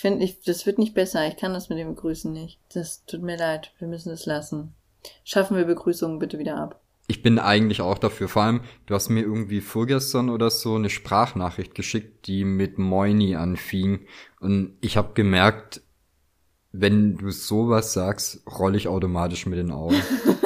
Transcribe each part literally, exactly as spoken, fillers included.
finde, ich, das wird nicht besser. Ich kann das mit dem Begrüßen nicht. Das tut mir leid. Wir müssen es lassen. Schaffen wir Begrüßungen bitte wieder ab. Ich bin eigentlich auch dafür. Vor allem, du hast mir irgendwie vorgestern oder so eine Sprachnachricht geschickt, die mit Moini anfing. Und ich habe gemerkt, wenn du sowas sagst, rolle ich automatisch mit den Augen.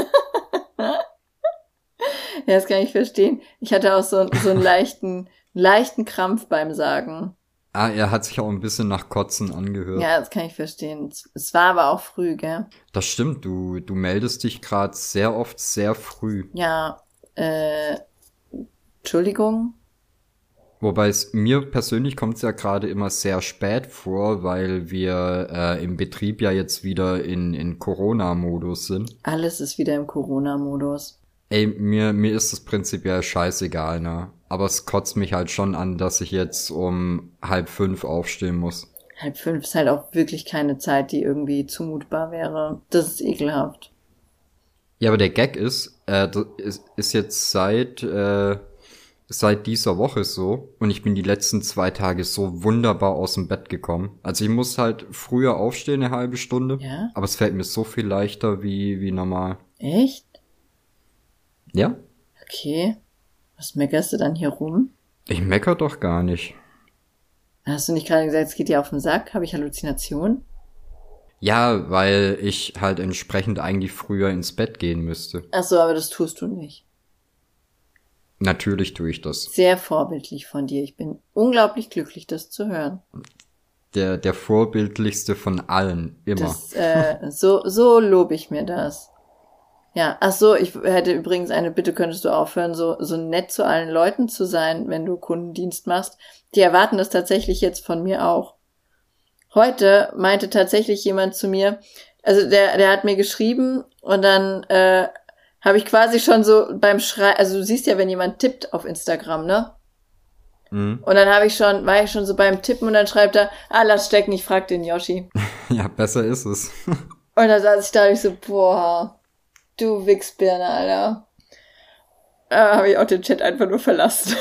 Ja, das kann ich verstehen. Ich hatte auch so, so einen leichten, leichten Krampf beim Sagen. Ah, er hat sich auch ein bisschen nach Kotzen angehört. Ja, das kann ich verstehen. Es war aber auch früh, gell? Das stimmt, du du meldest dich gerade sehr oft sehr früh. Ja, äh, Entschuldigung? Wobei es mir persönlich kommt es ja gerade immer sehr spät vor, weil wir äh, im Betrieb ja jetzt wieder in in Corona-Modus sind. Alles ist wieder im Corona-Modus. Ey, mir mir ist das prinzipiell scheißegal, ne? Aber es kotzt mich halt schon an, dass ich jetzt um halb fünf aufstehen muss. Halb fünf ist halt auch wirklich keine Zeit, die irgendwie zumutbar wäre. Das ist ekelhaft. Ja, aber der Gag ist, äh, das ist, ist jetzt seit äh, seit dieser Woche so und ich bin die letzten zwei Tage so wunderbar aus dem Bett gekommen. Also ich muss halt früher aufstehen, eine halbe Stunde. Ja? Aber es fällt mir so viel leichter wie wie normal. Echt? Ja? Okay. Was meckerst du dann hier rum? Ich mecker doch gar nicht. Hast du nicht gerade gesagt, es geht dir auf den Sack? Habe ich Halluzinationen? Ja, weil ich halt entsprechend eigentlich früher ins Bett gehen müsste. Ach so, aber das tust du nicht. Natürlich tue ich das. Sehr vorbildlich von dir. Ich bin unglaublich glücklich, das zu hören. Der der vorbildlichste von allen, immer. Das, äh, so, so lobe ich mir das. Ja, ach so, ich hätte übrigens eine Bitte, könntest du aufhören, so, so nett zu allen Leuten zu sein, wenn du Kundendienst machst. Die erwarten das tatsächlich jetzt von mir auch. Heute meinte tatsächlich jemand zu mir, also der, der hat mir geschrieben und dann, äh, habe ich quasi schon so beim Schrei, also du siehst ja, wenn jemand tippt auf Instagram, ne? Mhm. Und dann habe ich schon, war ich schon so beim Tippen und dann schreibt er, ah, lass stecken, ich frag den Yoshi. Ja, besser ist es. Und da saß ich da und ich so, boah, du Wichsbirne, Alter. Da habe ich auch den Chat einfach nur verlassen.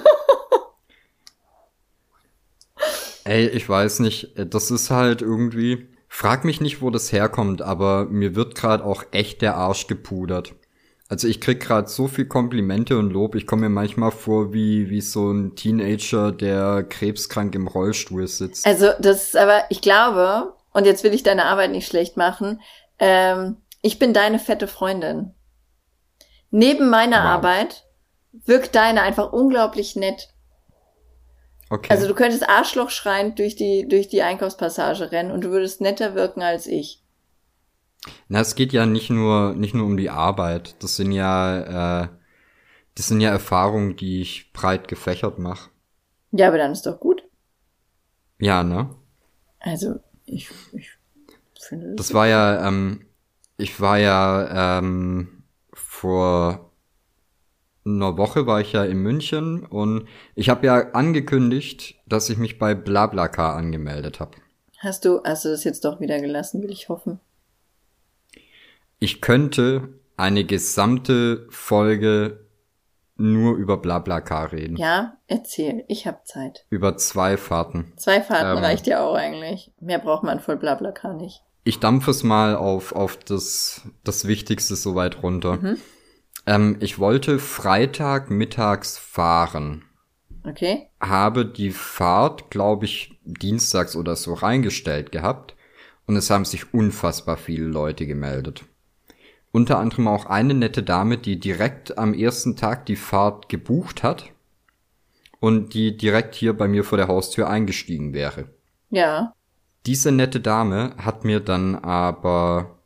Ey, ich weiß nicht, das ist halt irgendwie, frag mich nicht, wo das herkommt, aber mir wird gerade auch echt der Arsch gepudert. Also ich krieg gerade so viel Komplimente und Lob, ich komme mir manchmal vor wie wie so ein Teenager, der krebskrank im Rollstuhl sitzt. Also das ist aber, ich glaube, und jetzt will ich deine Arbeit nicht schlecht machen, ähm, ich bin deine fette Freundin. Neben meiner Wow. Arbeit wirkt deine einfach unglaublich nett. Okay. Also du könntest Arschloch schreiend durch die durch die Einkaufspassage rennen und du würdest netter wirken als ich. Na, es geht ja nicht nur nicht nur um die Arbeit. Das sind ja äh, das sind ja Erfahrungen, die ich breit gefächert mache. Ja, aber dann ist doch gut. Ja, ne? Also ich, ich finde Das war ja, ähm, ich war ja ähm, vor einer Woche war ich ja in München und ich habe ja angekündigt, dass ich mich bei BlaBlaCar angemeldet habe. Hast du, hast du das jetzt doch wieder gelassen, will ich hoffen. Ich könnte eine gesamte Folge nur über BlaBlaCar reden. Ja, erzähl, ich hab Zeit. Über zwei Fahrten. Zwei Fahrten Ähm. reicht ja auch eigentlich. Mehr braucht man voll BlaBlaCar nicht. Ich dampfe es mal auf auf das das Wichtigste soweit runter. Mhm. Ähm, ich wollte Freitag mittags fahren. Okay? Habe die Fahrt, glaube ich, dienstags oder so reingestellt gehabt und es haben sich unfassbar viele Leute gemeldet. Unter anderem auch eine nette Dame, die direkt am ersten Tag die Fahrt gebucht hat und die direkt hier bei mir vor der Haustür eingestiegen wäre. Ja. Diese nette Dame hat mir dann aber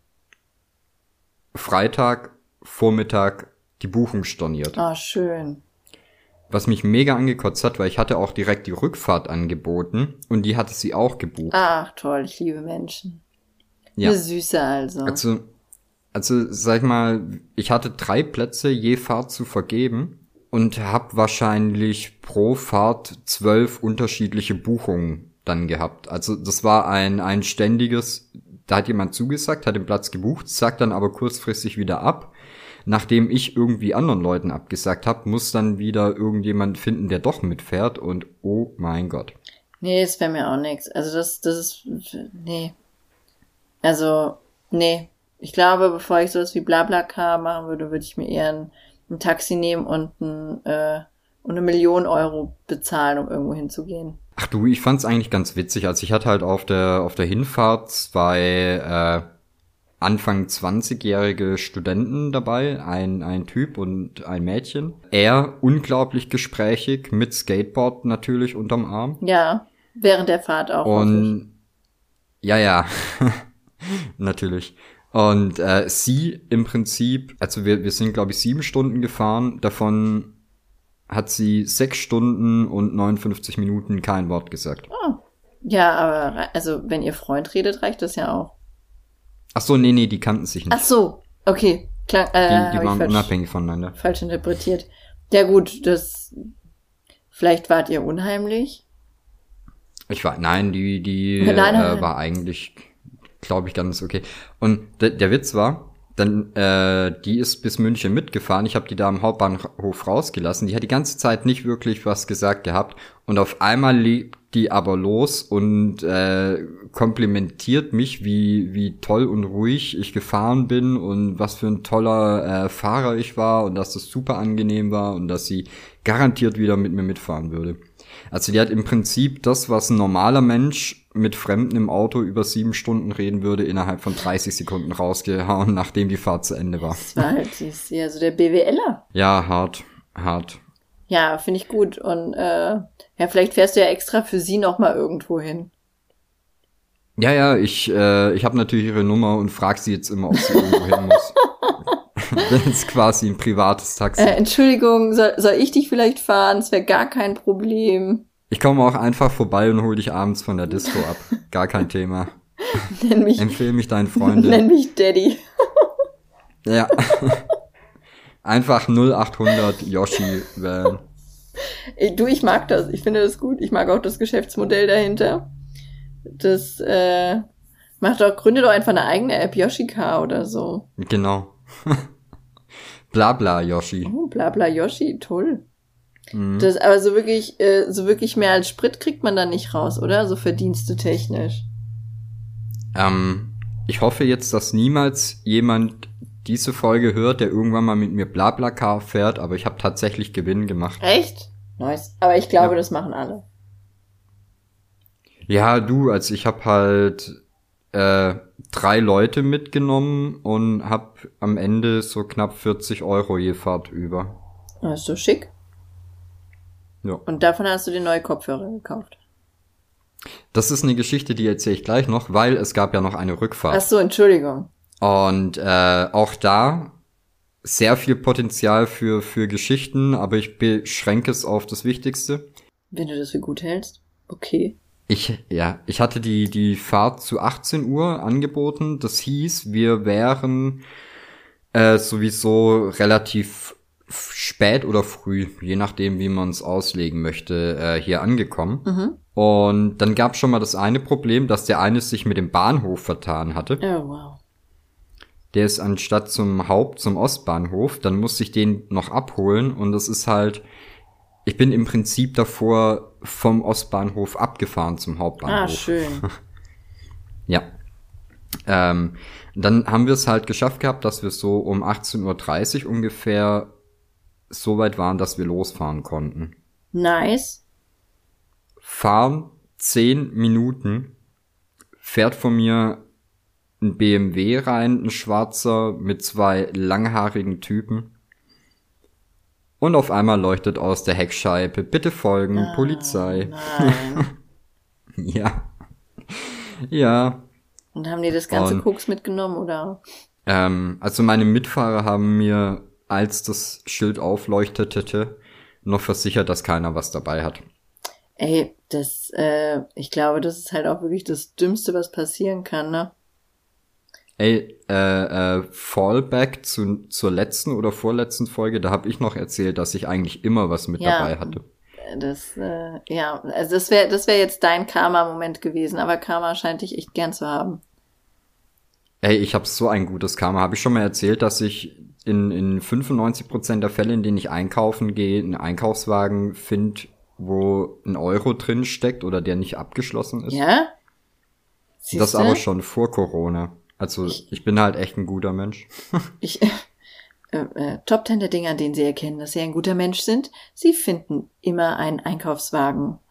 Freitag Vormittag die Buchung storniert. Ah, schön. Was mich mega angekotzt hat, weil ich hatte auch direkt die Rückfahrt angeboten und die hatte sie auch gebucht. Ach, toll, ich liebe Menschen. Ja. Eine Süße also. Also, also sag ich mal, ich hatte drei Plätze je Fahrt zu vergeben und habe wahrscheinlich pro Fahrt zwölf unterschiedliche Buchungen dann gehabt. Also das war ein ein ständiges, da hat jemand zugesagt, hat den Platz gebucht, sagt dann aber kurzfristig wieder ab. Nachdem ich irgendwie anderen Leuten abgesagt habe, muss dann wieder irgendjemand finden, der doch mitfährt und oh mein Gott. Nee, das wäre mir auch nix. Also das, das ist, nee. Also, nee. Ich glaube, bevor ich sowas wie BlaBlaCar machen würde, würde ich mir eher ein, ein Taxi nehmen und, ein, äh, und eine Million Euro bezahlen, um irgendwo hinzugehen. Ach du, ich fand's eigentlich ganz witzig. Also ich hatte halt auf der auf der Hinfahrt zwei äh, Anfang zwanzigjährige Studenten dabei, ein ein Typ und ein Mädchen. Er unglaublich gesprächig, mit Skateboard natürlich unterm Arm. Ja, während der Fahrt auch. Und ja, ja, natürlich. Und äh, sie im Prinzip, also wir wir sind glaube ich sieben Stunden gefahren, davon hat sie sechs Stunden und neunundfünfzig Minuten kein Wort gesagt. Oh. Ja, aber also wenn ihr Freund redet, reicht das ja auch. Ach so, nee, nee, die kannten sich nicht. Ach so, okay. Klar, äh, die die waren falsch, unabhängig voneinander. Falsch interpretiert. Ja gut, das... Vielleicht wart ihr unheimlich? Ich war, nein, die die nein, nein, äh, nein. war eigentlich, glaube ich, ganz okay. Und de- der Witz war, dann äh, die ist bis München mitgefahren. Ich habe die da am Hauptbahnhof rausgelassen. Die hat die ganze Zeit nicht wirklich was gesagt gehabt. Und auf einmal liegt die aber los und äh, komplimentiert mich, wie wie toll und ruhig ich gefahren bin und was für ein toller äh, Fahrer ich war und dass das super angenehm war und dass sie garantiert wieder mit mir mitfahren würde. Also die hat im Prinzip das, was ein normaler Mensch mit Fremden im Auto über sieben Stunden reden würde, innerhalb von dreißig Sekunden rausgehauen, nachdem die Fahrt zu Ende war. Das war halt das, ja, so der BWLer. Ja, hart, hart. Ja, finde ich gut. Und äh, ja, vielleicht fährst du ja extra für sie noch mal irgendwo hin. Ja, ja, ich äh, ich habe natürlich ihre Nummer und frage sie jetzt immer, ob sie irgendwo hin muss. Das ist quasi ein privates Taxi. Äh, Entschuldigung, soll, soll ich dich vielleicht fahren? Es wäre gar kein Problem. Ich komme auch einfach vorbei und hol dich abends von der Disco ab. Gar kein Thema. Nenn mich, Empfehl mich deinen Freunden. nenn mich Daddy. Ja. Einfach null achthundert Yoshi wählen. Ey, du, ich mag das. Ich finde das gut. Ich mag auch das Geschäftsmodell dahinter. Das äh, macht doch, gründe doch einfach eine eigene App, Yoshika oder so. Genau. Blabla Yoshi. Oh, Blabla Yoshi, toll. Mhm. Das, aber so wirklich, äh, so wirklich mehr als Sprit kriegt man da nicht raus, oder? So Verdienste technisch. Ähm, ich hoffe jetzt, dass niemals jemand diese Folge hört, der irgendwann mal mit mir BlaBlaCar fährt, aber ich habe tatsächlich Gewinn gemacht. Echt? Nice. Aber ich glaube, Ja. das machen alle. Ja, du, also ich habe halt äh, drei Leute mitgenommen und hab am Ende so knapp vierzig Euro je Fahrt über. Das ist so schick. Ja. Und davon hast du dir neue Kopfhörer gekauft. Das ist eine Geschichte, die erzähle ich gleich noch, weil es gab ja noch eine Rückfahrt. Ach so, Entschuldigung. Und äh, auch da sehr viel Potenzial für für Geschichten, aber ich beschränke es auf das Wichtigste. Wenn du das für gut hältst. Okay. Ich ja, ich hatte die die Fahrt zu achtzehn Uhr angeboten. Das hieß, wir wären äh, sowieso relativ f- spät oder früh, je nachdem, wie man es auslegen möchte, äh, hier angekommen. Mhm. Und dann gab schon mal das eine Problem, dass der eine sich mit dem Bahnhof vertan hatte. Oh, wow. Der ist anstatt zum Haupt-, zum Ostbahnhof, dann musste ich den noch abholen und das ist halt, ich bin im Prinzip davor vom Ostbahnhof abgefahren zum Hauptbahnhof. Ah, schön. Ja. Ähm, dann haben wir es halt geschafft gehabt, dass wir so um achtzehn Uhr dreißig ungefähr so weit waren, dass wir losfahren konnten. Nice. Fahren zehn Minuten, fährt von mir ein B M W rein, ein schwarzer mit zwei langhaarigen Typen. Und auf einmal leuchtet aus der Heckscheibe, bitte folgen, Ah, Polizei. Nein. Ja. Ja. Und haben die das ganze Und- Koks mitgenommen, oder? Ähm, also meine Mitfahrer haben mir, als das Schild aufleuchtete, noch versichert, dass keiner was dabei hat. Ey, das, äh, ich glaube, das ist halt auch wirklich das Dümmste, was passieren kann, ne? Ey, äh, äh, Fallback zu, zur letzten oder vorletzten Folge, da habe ich noch erzählt, dass ich eigentlich immer was mit Ja. dabei hatte. Das, äh, ja, also das wäre das wäre jetzt dein Karma-Moment gewesen, aber Karma scheint dich echt gern zu haben. Ey, ich habe so ein gutes Karma. Habe ich schon mal erzählt, dass ich in, in fünfundneunzig Prozent der Fälle, in denen ich einkaufen gehe, einen Einkaufswagen finde, wo ein Euro drin steckt oder der nicht abgeschlossen ist. Ja? Siehste? Das aber schon vor Corona. Also ich, ich bin halt echt ein guter Mensch. ich äh, äh, Top Ten der Dinge, an denen Sie erkennen, dass Sie ein guter Mensch sind. Sie finden immer einen Einkaufswagen.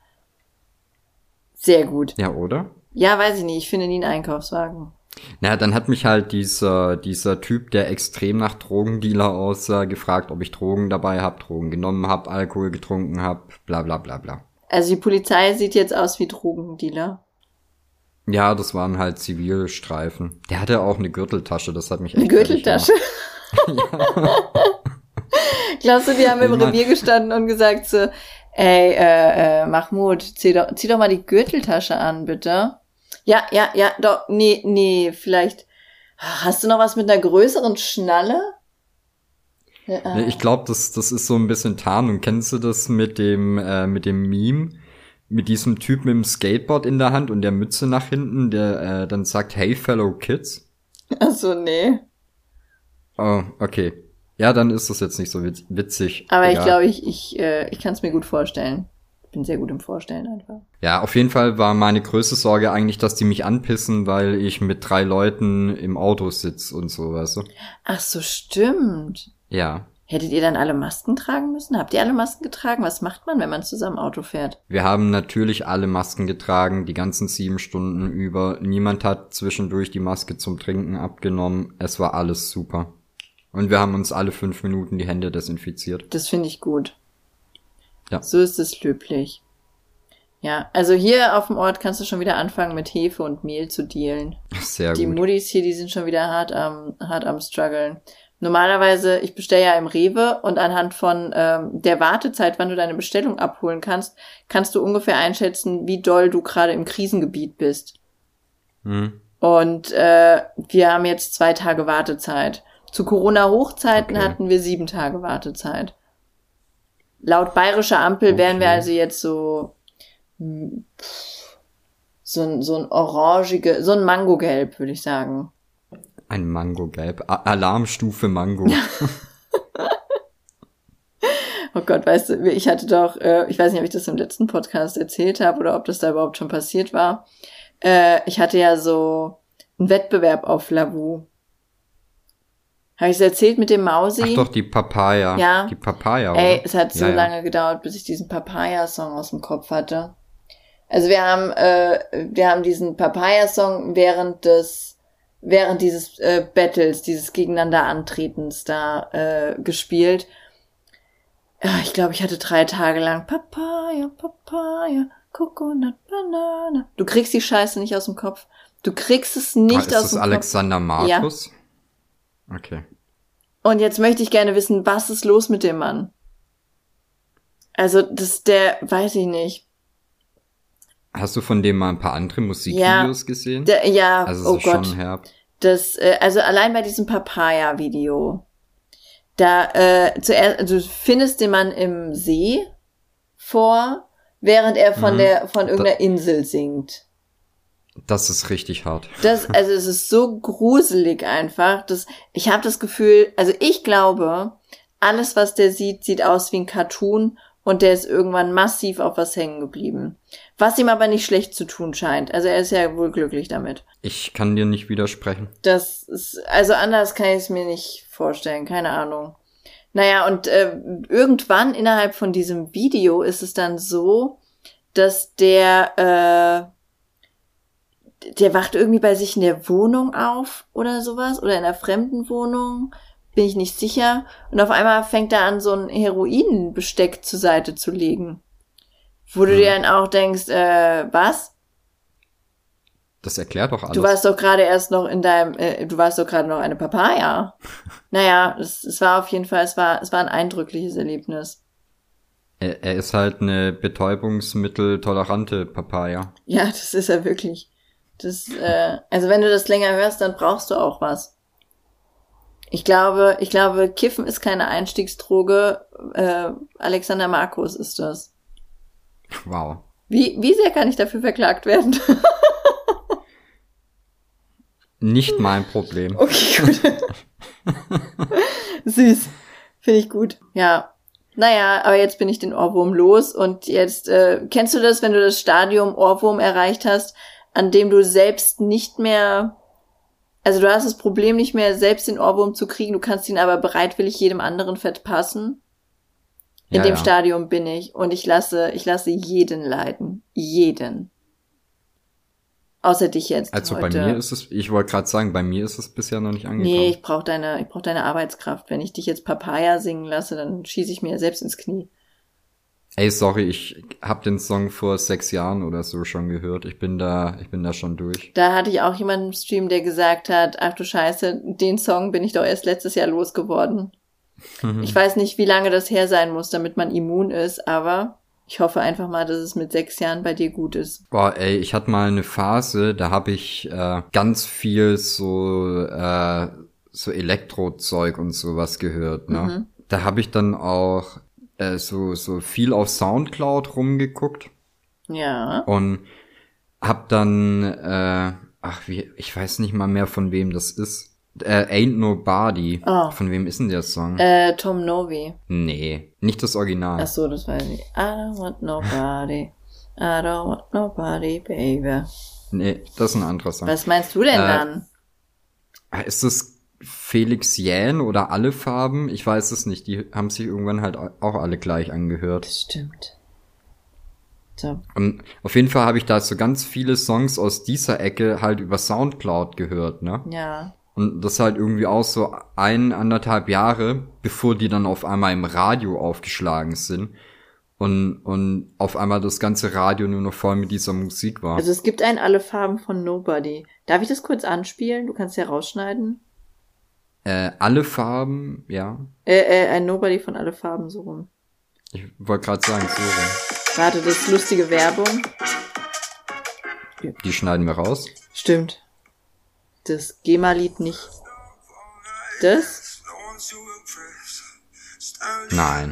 Sehr gut. Ja, oder? Ja, weiß ich nicht. Ich finde nie einen Einkaufswagen. Naja, dann hat mich halt dieser dieser Typ, der extrem nach Drogendealer aussah, gefragt, ob ich Drogen dabei hab, Drogen genommen hab, Alkohol getrunken hab, bla bla bla bla. Also die Polizei sieht jetzt aus wie Drogendealer. Ja, das waren halt Zivilstreifen. Der hatte auch eine Gürteltasche, das hat mich echt... Eine Gürteltasche? Ja. Glaubst du, die haben im Revier gestanden und gesagt so, ey, äh, äh, Mahmoud, zieh doch, zieh doch mal die Gürteltasche an, bitte. Ja, ja, ja, doch, nee, nee, vielleicht, hast du noch was mit einer größeren Schnalle? Ja, ich glaube, das, das ist so ein bisschen Tarnung. Kennst du das mit dem, äh, mit dem Meme? Mit diesem Typ mit dem Skateboard in der Hand und der Mütze nach hinten, der äh, dann sagt, hey, fellow kids? Ach so, nee. Oh, okay. Ja, dann ist das jetzt nicht so witzig. Aber Egal. ich glaube, ich, ich, äh, ich kann es mir gut vorstellen. Ich bin sehr gut im Vorstellen einfach. Ja, auf jeden Fall war meine größte Sorge eigentlich, dass die mich anpissen, weil ich mit drei Leuten im Auto sitze und so, weißt du? Ach so, stimmt. Ja. Hättet ihr dann alle Masken tragen müssen? Habt ihr alle Masken getragen? Was macht man, wenn man zusammen Auto fährt? Wir haben natürlich alle Masken getragen, die ganzen sieben Stunden über. Niemand hat zwischendurch die Maske zum Trinken abgenommen. Es war alles super. Und wir haben uns alle fünf Minuten die Hände desinfiziert. Das finde ich gut. Ja. So ist es löblich. Ja, also hier auf dem Ort kannst du schon wieder anfangen, mit Hefe und Mehl zu dealen. Sehr die gut. Die Muddis hier, die sind schon wieder hart am, hart am struggeln. Normalerweise, ich bestelle ja im Rewe und anhand von ähm, der Wartezeit, wann du deine Bestellung abholen kannst, kannst du ungefähr einschätzen, wie doll du gerade im Krisengebiet bist. Hm. Und äh, wir haben jetzt zwei Tage Wartezeit. Zu Corona-Hochzeiten okay. hatten wir sieben Tage Wartezeit. Laut bayerischer Ampel okay. wären wir also jetzt so so ein, so ein orangige, so ein Mangogelb, würde ich sagen. Ein Mangogelb. Alarmstufe Mango. Oh Gott, weißt du, ich hatte doch, äh, ich weiß nicht, ob ich das im letzten Podcast erzählt habe oder ob das da überhaupt schon passiert war. Äh, ich hatte ja so einen Wettbewerb auf Lavu. Habe ich es erzählt mit dem Mausi? Ach doch, die Papaya. Ja. Die Papaya, oder? Ey, es hat so ja, ja. lange gedauert, bis ich diesen Papaya-Song aus dem Kopf hatte. Also wir haben, äh, wir haben diesen Papaya-Song während des, während dieses äh, Battles, dieses Gegeneinander Antretens da äh, gespielt. Ja, ich glaube, ich hatte drei Tage lang Papaya, Papaya, Coconut, Banana. Du kriegst die Scheiße nicht aus dem Kopf. Du kriegst es nicht ah, aus dem Kopf. Kopf. Ist das Alexander Markus? Ja. Okay. Und jetzt möchte ich gerne wissen, was ist los mit dem Mann? Also, das, der, weiß ich nicht. Hast du von dem mal ein paar andere Musikvideos ja, gesehen? Der, ja, also oh ist Gott. Schon herb. Das, äh, also allein bei diesem Papaya-Video, da, äh, zuerst, also du findest den Mann im See vor, während er von mhm. der, von irgendeiner da, Insel singt. Das ist richtig hart. Das, also es ist so gruselig einfach, dass, ich habe das Gefühl, also ich glaube, alles, was der sieht, sieht aus wie ein Cartoon und der ist irgendwann massiv auf was hängen geblieben. Was ihm aber nicht schlecht zu tun scheint. Also er ist ja wohl glücklich damit. Ich kann dir nicht widersprechen. Das ist, also anders kann ich es mir nicht vorstellen, keine Ahnung. Naja, und äh, irgendwann innerhalb von diesem Video ist es dann so, dass der, äh, der wacht irgendwie bei sich in der Wohnung auf oder sowas, oder in einer fremden Wohnung, bin ich nicht sicher. Und auf einmal fängt er an, so ein Heroinbesteck zur Seite zu legen. Wo du hm. dir dann auch denkst, äh, was? Das erklärt doch alles. Du warst doch gerade erst noch in deinem, äh, du warst doch gerade noch eine Papaya. Naja, es, es war auf jeden Fall, es war, es war ein eindrückliches Erlebnis. Er, er ist halt eine betäubungsmitteltolerante Papaya. Ja, das ist er wirklich. Das, äh, also wenn du das länger hörst, dann brauchst du auch was. Ich glaube, ich glaube, Kiffen ist keine Einstiegsdroge. Äh, Alexander Markus ist das. Wow. Wie, wie sehr kann ich dafür verklagt werden? Nicht mein Problem. Okay, gut. Süß. Finde ich gut. Ja. Naja, aber jetzt bin ich den Ohrwurm los und jetzt, äh, kennst du das, wenn du das Stadium Ohrwurm erreicht hast, an dem du selbst nicht mehr, also du hast das Problem nicht mehr, selbst den Ohrwurm zu kriegen, du kannst ihn aber bereitwillig jedem anderen verpassen? In Ja, dem ja. Stadium bin ich und ich lasse, ich lasse jeden leiden. Jeden. Außer dich jetzt Also heute. bei mir ist es, ich wollte gerade sagen, bei mir ist es bisher noch nicht angekommen. Nee, ich brauche deine, ich brauche deine Arbeitskraft. Wenn ich dich jetzt Papaya singen lasse, dann schieße ich mir selbst ins Knie. Ey, sorry, ich hab den Song vor sechs Jahren oder so schon gehört. Ich bin da, ich bin da schon durch. Da hatte ich auch jemanden im Stream, der gesagt hat, ach du Scheiße, den Song bin ich doch erst letztes Jahr losgeworden. Ich weiß nicht, wie lange das her sein muss, damit man immun ist, aber ich hoffe einfach mal, dass es mit sechs Jahren bei dir gut ist. Boah, ey, ich hatte mal eine Phase, da habe ich äh, ganz viel so äh, so Elektrozeug und sowas gehört, ne? Mhm. Da habe ich dann auch äh, so so viel auf Soundcloud rumgeguckt Ja. und hab dann äh, ach wie, ich weiß nicht mal mehr, von wem das ist. Äh, Ain't Nobody. Oh. Von wem ist denn der Song? Äh, Tom Novi. Nee, nicht das Original. Ach so, das weiß ich nicht. I don't want nobody. I don't want nobody, baby. Nee, das ist ein anderer Song. Was meinst du denn Äh, dann? Ist das Felix Jähn oder Alle Farben? Ich weiß es nicht. Die haben sich irgendwann halt auch alle gleich angehört. Das stimmt. So. Und auf jeden Fall habe ich da so ganz viele Songs aus dieser Ecke halt über Soundcloud gehört, ne? Ja. Und das halt irgendwie auch so ein, anderthalb Jahre, bevor die dann auf einmal im Radio aufgeschlagen sind. Und, und auf einmal das ganze Radio nur noch voll mit dieser Musik war. Also es gibt ein Alle Farben von Nobody. Darf ich das kurz anspielen? Du kannst ja rausschneiden. Äh, Alle Farben, ja. Äh, äh, ein Nobody von Alle Farben, so rum. Ich wollte gerade sagen, so rum. Warte, das ist lustige Werbung. Die schneiden wir raus. Stimmt. Das G E M A-Lied nicht. Das? Nein.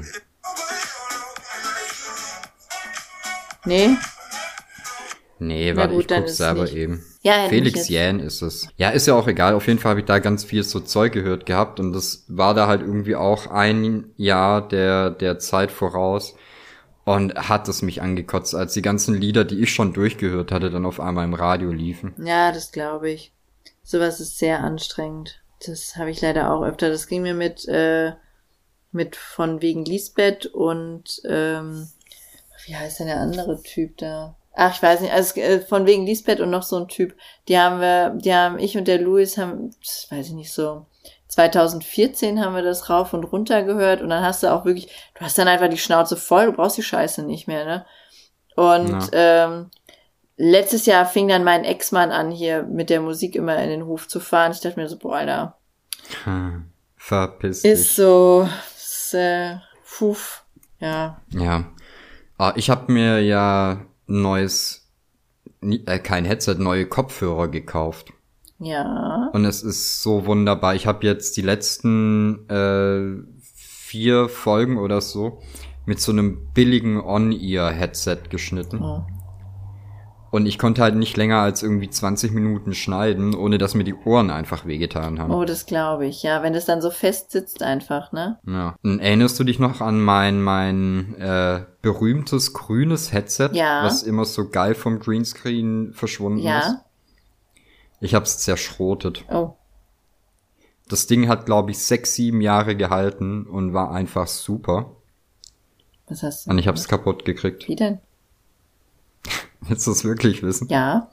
Nee? Nee, Na warte, gut, ich dann guck ist selber nicht. eben. Ja, hätte mich Felix jetzt- Jähn ist es. Ja, ist ja auch egal. Auf jeden Fall habe ich da ganz viel so Zeug gehört gehabt und das war da halt irgendwie auch ein Jahr der, der Zeit voraus und hat es mich angekotzt, als die ganzen Lieder, die ich schon durchgehört hatte, dann auf einmal im Radio liefen. Ja, das glaube ich. Sowas ist sehr anstrengend. Das habe ich leider auch öfter. Das ging mir mit, äh, mit von wegen Lisbeth und, ähm, wie heißt denn der andere Typ da? Ach, ich weiß nicht, also äh, von wegen Lisbeth und noch so ein Typ, die haben wir, die haben, ich und der Louis haben, das weiß ich nicht, so zwanzig vierzehn haben wir das rauf und runter gehört und dann hast du auch wirklich, du hast dann einfach die Schnauze voll, du brauchst die Scheiße nicht mehr, ne? Und ähm, letztes Jahr fing dann mein Ex-Mann an, hier mit der Musik immer in den Hof zu fahren. Ich dachte mir so, boah, Alter, Hm, verpiss dich. ist so, ist, äh, puh, ja. Ja. Ah, ich habe mir ja ein neues, nie- äh, kein Headset, neue Kopfhörer gekauft. Ja. Und es ist so wunderbar. Ich habe jetzt die letzten äh, vier Folgen oder so mit so einem billigen On-Ear-Headset geschnitten. Oh. Und ich konnte halt nicht länger als irgendwie zwanzig Minuten schneiden, ohne dass mir die Ohren einfach wehgetan haben. Oh, das glaube ich, ja. Wenn das dann so fest sitzt einfach, ne? Ja. Und erinnerst du dich noch an mein mein äh, berühmtes grünes Headset, Ja. was immer so geil vom Greenscreen verschwunden ist? Ja. Ich hab's zerschrotet. Oh. Das Ding hat, glaube ich, sechs, sieben Jahre gehalten und war einfach super. Was hast du? Und ich hab's kaputt gekriegt. Wie denn? Willst du es wirklich wissen? Ja.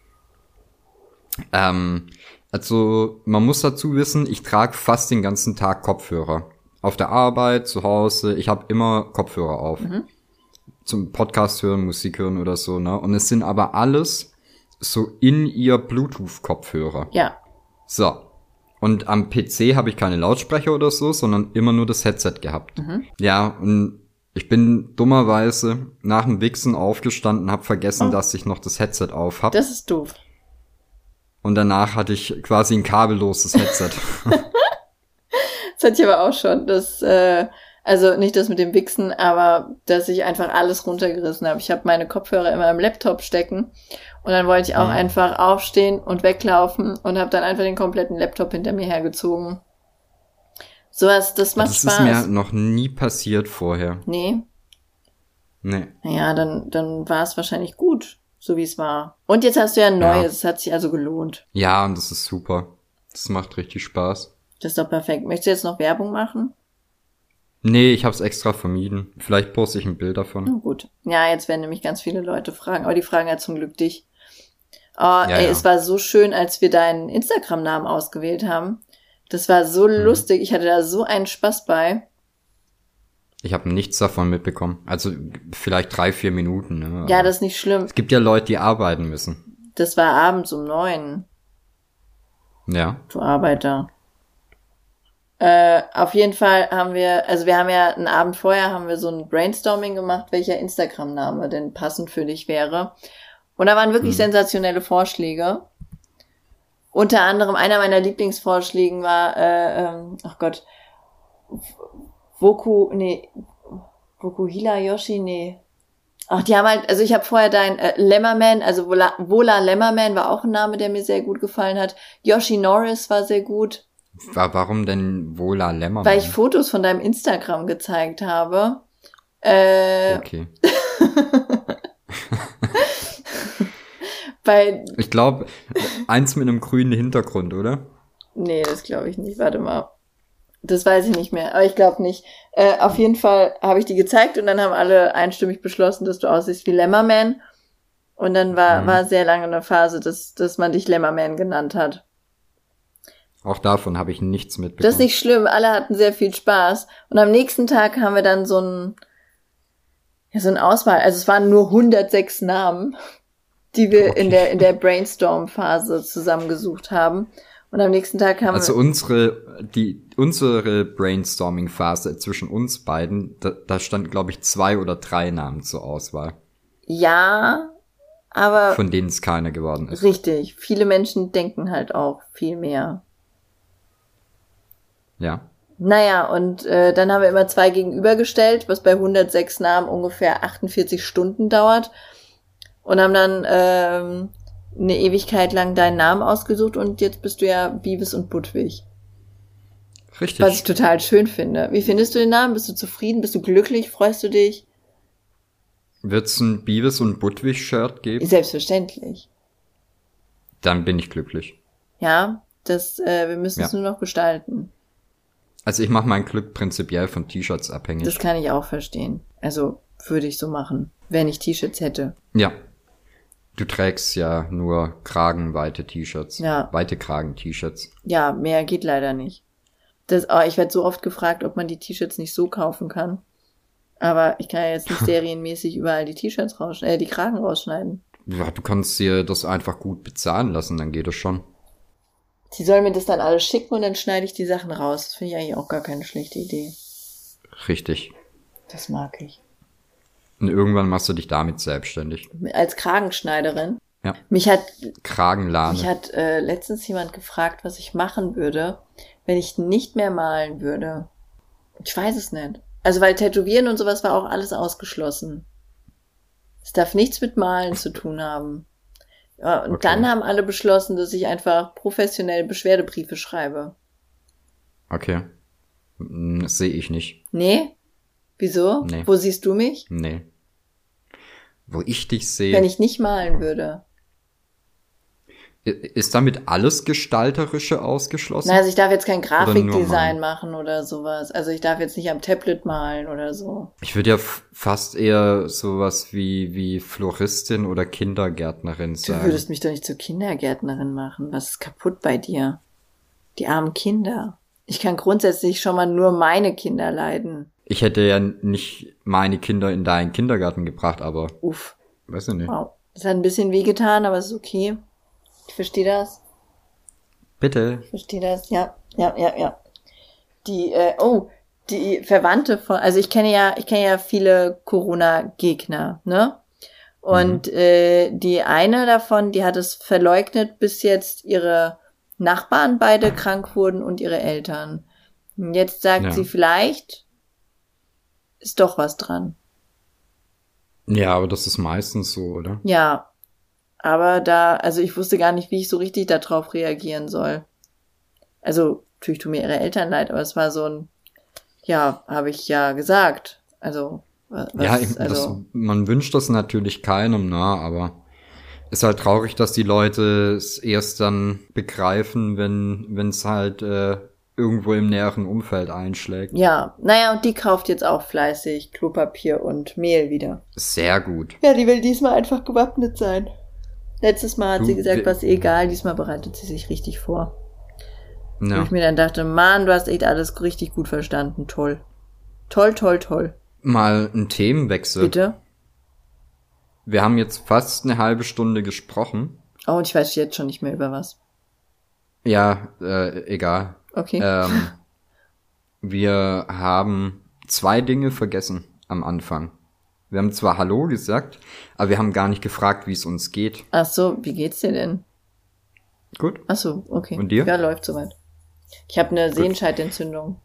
Ähm, also, man muss dazu wissen, ich trage fast den ganzen Tag Kopfhörer. Auf der Arbeit, zu Hause, ich habe immer Kopfhörer auf. Mhm. Zum Podcast hören, Musik hören oder so, ne? Und es sind aber alles so in ihr Bluetooth-Kopfhörer. Ja. So. Und am P C habe ich keine Lautsprecher oder so, sondern immer nur das Headset gehabt. Mhm. Ja, und ich bin dummerweise nach dem Wichsen aufgestanden, habe vergessen, Oh. dass ich noch das Headset auf habe. Das ist doof. Und danach hatte ich quasi ein kabelloses Headset. Das hatte ich aber auch schon. Das, äh, also nicht das mit dem Wichsen, aber dass ich einfach alles runtergerissen habe. Ich habe meine Kopfhörer immer im Laptop stecken und dann wollte ich auch Mhm. einfach aufstehen und weglaufen und habe dann einfach den kompletten Laptop hinter mir hergezogen. Sowas, das macht Das Spaß. ist mir noch nie passiert vorher. Nee? Nee. Naja, dann, dann war es wahrscheinlich gut, so wie es war. Und jetzt hast du ja ein Ja. neues, es hat sich also gelohnt. Ja, und das ist super. Das macht richtig Spaß. Das ist doch perfekt. Möchtest du jetzt noch Werbung machen? Nee, ich hab's extra vermieden. Vielleicht poste ich ein Bild davon. Na gut. Ja, jetzt werden nämlich ganz viele Leute fragen, aber die fragen ja zum Glück dich. Oh, Ja, ey, ja. es war so schön, als wir deinen Instagram-Namen ausgewählt haben. Das war so Mhm. lustig. Ich hatte da so einen Spaß bei. Ich habe nichts davon mitbekommen. Also vielleicht drei, vier Minuten. Ne? Ja, Aber das ist nicht schlimm. es gibt ja Leute, die arbeiten müssen. Das war abends um neun. Ja. Du Arbeiter. Äh, auf jeden Fall haben wir, also wir haben ja einen Abend vorher haben wir so ein Brainstorming gemacht, welcher Instagram-Name denn passend für dich wäre. Und da waren wirklich Hm. sensationelle Vorschläge. Unter anderem einer meiner Lieblingsvorschläge war, äh, ähm, ach Gott, Woku, nee, Vokuhila Yoshi, nee. Ach, die haben halt, also ich habe vorher dein äh, Lemmerman, also Vola, Vola Lemmerman war auch ein Name, der mir sehr gut gefallen hat. Yoshi Norris war sehr gut. Wa- Warum denn Wola Lämmer? Weil ich Fotos von deinem Instagram gezeigt habe. Äh, Okay. weil, Ich glaube, eins mit einem grünen Hintergrund, oder? nee, das glaube ich nicht. Warte mal. Das weiß ich nicht mehr, aber ich glaube nicht. Äh, auf jeden Fall habe ich die gezeigt und dann haben alle einstimmig beschlossen, dass du aussiehst wie Lemmerman. Und dann war, Mhm. war sehr lange eine Phase, dass, dass man dich Lemmerman genannt hat. Auch davon habe ich nichts mitbekommen. Das ist nicht schlimm, alle hatten sehr viel Spaß. Und am nächsten Tag haben wir dann so ein, ja, so ein Auswahl. Also es waren nur hundertsechs Namen, die wir Okay. in der, in der Brainstorm-Phase zusammengesucht haben. Und am nächsten Tag haben Also wir, unsere, die, unsere Brainstorming-Phase zwischen uns beiden, da, da standen, glaube ich, zwei oder drei Namen zur Auswahl, ja, aber von denen es keiner geworden ist. richtig, viele Menschen denken halt auch viel mehr. Ja. Naja, und äh, dann haben wir immer zwei gegenübergestellt, was bei hundertsechs Namen ungefähr achtundvierzig Stunden dauert. Und haben dann ähm, eine Ewigkeit lang deinen Namen ausgesucht und jetzt bist du ja Beavis und Budwig. Richtig. Was ich total schön finde. Wie findest du den Namen? Bist du zufrieden? Bist du glücklich? Freust du dich? Wird's ein Beavis und Budwig-Shirt geben? Selbstverständlich. Dann bin ich glücklich. Ja, das, äh, wir müssen es Ja. nur noch gestalten. Also ich mache mein Glück prinzipiell von T-Shirts abhängig. Das kann ich auch verstehen. Also würde ich so machen, wenn ich T-Shirts hätte. Ja. Du trägst ja nur kragenweite T-Shirts. Ja. Weite Kragen-T-Shirts. Ja, mehr geht leider nicht. Das, oh, ich werde so oft gefragt, ob man die T-Shirts nicht so kaufen kann. Aber ich kann ja jetzt nicht serienmäßig überall die T-Shirts rausschneiden, äh, die Kragen rausschneiden. Ja, du kannst dir das einfach gut bezahlen lassen, dann geht das schon. Sie sollen mir das dann alles schicken und dann schneide ich die Sachen raus. Das finde ich eigentlich auch gar keine schlechte Idee. Richtig. Das mag ich. Und irgendwann machst du dich damit selbstständig. Als Kragenschneiderin. Ja. Mich hat, Kragenlane. mich hat äh, letztens jemand gefragt, was ich machen würde, wenn ich nicht mehr malen würde. Ich weiß es nicht. Also weil Tätowieren und sowas war auch alles ausgeschlossen. Es darf nichts mit Malen zu tun haben. Ja, und Okay. dann haben alle beschlossen, dass ich einfach professionell Beschwerdebriefe schreibe. Okay. Hm, Das sehe ich nicht. Nee? Wieso? Nee. Wo siehst du mich? Nee. Wo ich dich sehe. Wenn ich nicht malen würde. I- Ist damit alles Gestalterische ausgeschlossen? Na, also ich darf jetzt kein nur Grafikdesign malen? machen oder sowas. Also ich darf jetzt nicht am Tablet malen oder so. Ich würde ja f- fast eher sowas wie, wie Floristin oder Kindergärtnerin Du sagen. würdest mich doch nicht zur Kindergärtnerin machen. Was ist kaputt bei dir? Die armen Kinder. Ich kann grundsätzlich schon mal nur meine Kinder leiden. Ich hätte ja nicht meine Kinder in deinen Kindergarten gebracht, aber Uff. weiß ich nicht. Wow. Das hat ein bisschen wehgetan, aber es ist okay. Ich verstehe das. Bitte. Ich verstehe das. Ja, ja, ja, ja. Die, äh, oh, die Verwandte von, also ich kenne ja, ich kenne ja viele Corona-Gegner, ne? Und äh, die eine davon, die hat es verleugnet, bis jetzt ihre Nachbarn beide krank wurden und ihre Eltern. Und jetzt sagt Ja. sie, vielleicht ist doch was dran. Ja, aber das ist meistens so, oder? Ja, aber da, also ich wusste gar nicht, wie ich so richtig darauf reagieren soll. Also natürlich tun mir ihre Eltern leid, aber es war so ein, ja, habe ich ja gesagt. Also, was, ja, das, also man wünscht das natürlich keinem, ne, aber ist halt traurig, dass die Leute es erst dann begreifen, wenn wenn es halt äh, irgendwo im näheren Umfeld einschlägt. Ja, naja, und die kauft jetzt auch fleißig Klopapier und Mehl wieder. Sehr gut. Ja, die will diesmal einfach gewappnet sein. Letztes Mal hat Du, sie gesagt, wir- was egal, diesmal bereitet sie sich richtig vor. Wo Ja. ich mir dann dachte, Mann, du hast echt alles richtig gut verstanden, toll. Toll, toll, toll. Mal ein Themenwechsel. Bitte? Wir haben jetzt fast eine halbe Stunde gesprochen. Oh, und ich weiß jetzt schon nicht mehr über was. Ja, äh, egal. Okay. Ähm, wir haben zwei Dinge vergessen am Anfang. Wir haben zwar Hallo gesagt, aber wir haben gar nicht gefragt, wie es uns geht. Ach so, wie geht's dir denn? Gut. Ach so, okay. Und dir? Ja, läuft soweit. Ich habe eine Sehenscheidentzündung.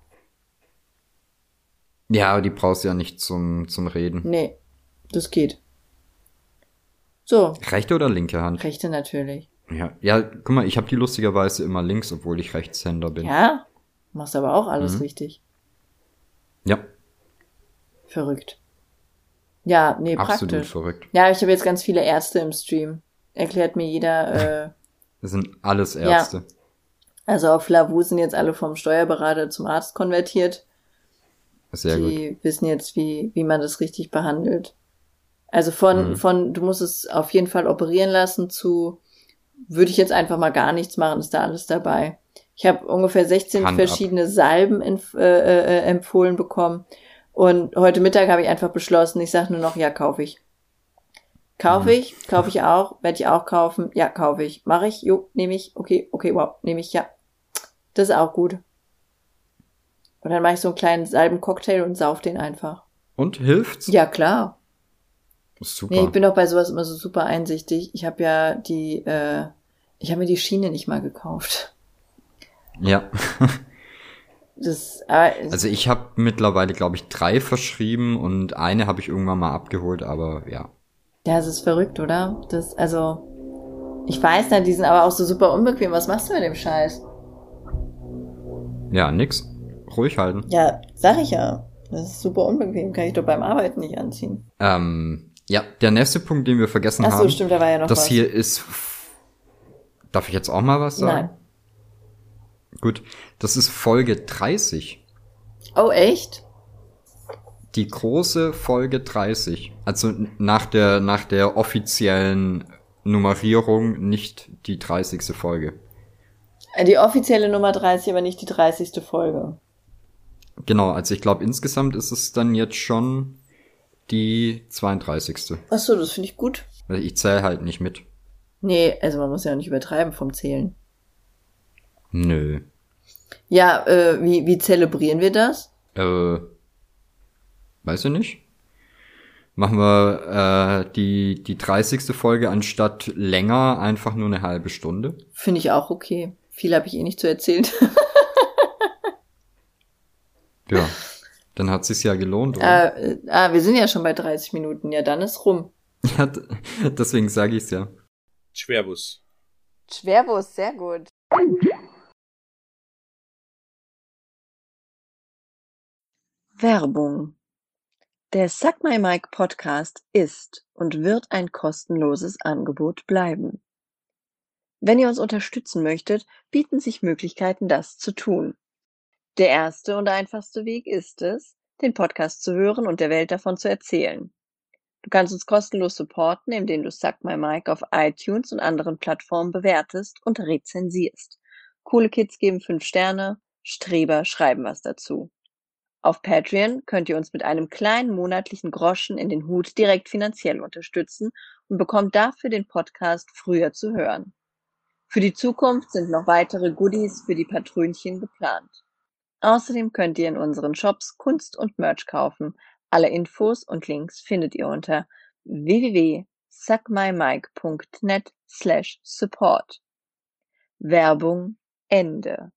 Ja, aber die brauchst du ja nicht zum, zum Reden. Nee, das geht. So, Rechte oder linke Hand? Rechte natürlich. Ja, ja, guck mal, ich habe die lustigerweise immer links, obwohl ich Rechtshänder bin. Ja, machst aber auch alles Mhm. richtig. Ja, Verrückt. Ja, nee, absolut praktisch. verrückt. Ja, ich habe jetzt ganz viele Ärzte im Stream. Erklärt mir jeder, äh, Das sind alles Ärzte. also auf Lavu sind jetzt alle vom Steuerberater zum Arzt konvertiert. Sehr gut. Die wissen jetzt, wie, wie man das richtig behandelt. Also von, Mhm. von, du musst es auf jeden Fall operieren lassen zu, würde ich jetzt einfach mal gar nichts machen, ist da alles dabei. Ich habe ungefähr sechzehn Hand ab. verschiedene Salben empf- äh, äh, empfohlen bekommen. Und heute Mittag habe ich einfach beschlossen, ich sage nur noch, ja, kaufe ich. Kaufe Mhm. ich, kaufe ich auch, werde ich auch kaufen, ja, kaufe ich. Mache ich, jo, nehme ich, okay, okay, wow, nehme ich, ja. Das ist auch gut. Und dann mache ich so einen kleinen Salbencocktail und sauf den einfach. Und hilft's? Ja, klar. Super. Nee, ich bin doch bei sowas immer so super einsichtig. Ich habe ja die, äh, ich habe mir die Schiene nicht mal gekauft. ja. Das, äh, Also ich habe mittlerweile, glaube ich, drei verschrieben und eine habe ich irgendwann mal abgeholt, aber ja. ja, es ist verrückt, oder? Das, also, ich weiß nicht, die sind aber auch so super unbequem. Was machst du mit dem Scheiß? Ja, nix. Ruhig halten. Ja, sag ich ja. Das ist super unbequem. Kann ich doch beim Arbeiten nicht anziehen. Ähm, ja, der nächste Punkt, den wir vergessen Ach so, haben, stimmt, da war ja noch das was. hier ist... Darf ich jetzt auch mal was sagen? Nein. Gut, das ist Folge dreißig. Oh, echt? Die große Folge dreißig. Also nach der, nach der offiziellen Nummerierung nicht die dreißigste Folge. Die offizielle Nummer dreißig, aber nicht die dreißigste Folge. Genau, also ich glaube insgesamt ist es dann jetzt schon die zweiunddreißigste. Ach so, das finde ich gut. Weil ich zähle halt nicht mit. Nee, also man muss ja auch nicht übertreiben vom Zählen. Nö. Ja, äh, wie, wie zelebrieren wir das? Äh, weiß ich nicht. Machen wir äh, die, die dreißigste Folge anstatt länger einfach nur eine halbe Stunde. Finde ich auch okay. Viel habe ich eh nicht zu erzählen. Ja, dann hat sich's ja gelohnt, oder? äh, ah, wir sind ja schon bei dreißig Minuten. Ja, dann ist rum. Ja, d- deswegen sage ich's ja. Schwerbus. Schwerbus, sehr gut. Werbung. Der Suck My Mic Podcast ist und wird ein kostenloses Angebot bleiben. Wenn ihr uns unterstützen möchtet, bieten sich Möglichkeiten, das zu tun. Der erste und einfachste Weg ist es, den Podcast zu hören und der Welt davon zu erzählen. Du kannst uns kostenlos supporten, indem du Suck My Mic auf iTunes und anderen Plattformen bewertest und rezensierst. Coole Kids geben fünf Sterne, Streber schreiben was dazu. Auf Patreon könnt ihr uns mit einem kleinen monatlichen Groschen in den Hut direkt finanziell unterstützen und bekommt dafür den Podcast früher zu hören. Für die Zukunft sind noch weitere Goodies für die Patrönchen geplant. Außerdem könnt ihr in unseren Shops Kunst und Merch kaufen. Alle Infos und Links findet ihr unter w w w punkt suck my mic punkt net slash support. Werbung Ende.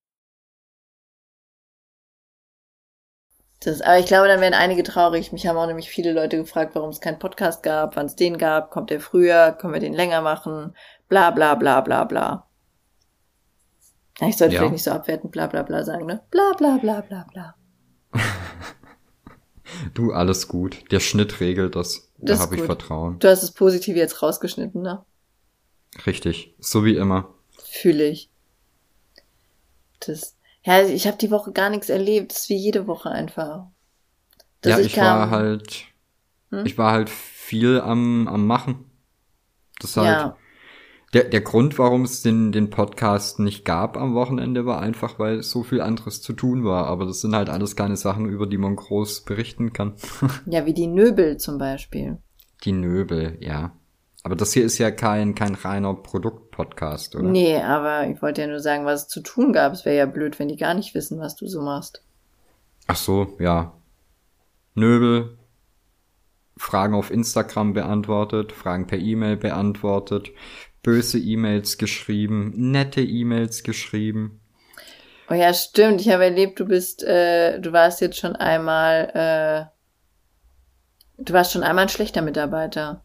Das, aber ich glaube, dann werden einige traurig. Mich haben auch nämlich viele Leute gefragt, warum es keinen Podcast gab, wann es den gab, kommt der früher, können wir den länger machen, bla bla bla bla bla. Ja, ich sollte Ja. vielleicht nicht so abwertend bla bla bla sagen, ne? Bla bla bla bla bla. Du, alles gut. Der Schnitt regelt das. Da Das ist habe ich gut. Vertrauen. Du hast das Positive jetzt rausgeschnitten, ne? Richtig. So wie immer. Fühle ich. Das, ja, ich habe die Woche gar nichts erlebt. Das ist wie jede Woche einfach. Dass Ja, ich, kam, war halt, Hm? ich war halt viel am, am Machen. Das ist halt, Ja, der, der Grund, warum es den, den Podcast nicht gab am Wochenende, war einfach, weil so viel anderes zu tun war. Aber das sind halt alles keine Sachen, über die man groß berichten kann. ja, wie die Nöbel zum Beispiel. Die Nöbel, ja. Aber das hier ist ja kein, kein reiner Produkt-Podcast, oder? Nee, aber ich wollte ja nur sagen, was es zu tun gab. Es wäre ja blöd, wenn die gar nicht wissen, was du so machst. Ach so, ja. Nöbel, Fragen auf Instagram beantwortet, Fragen per E-Mail beantwortet, böse E-Mails geschrieben, nette E-Mails geschrieben. Oh ja, stimmt. Ich habe erlebt, du bist, äh, du warst jetzt schon einmal, äh, du warst schon einmal ein schlechter Mitarbeiter.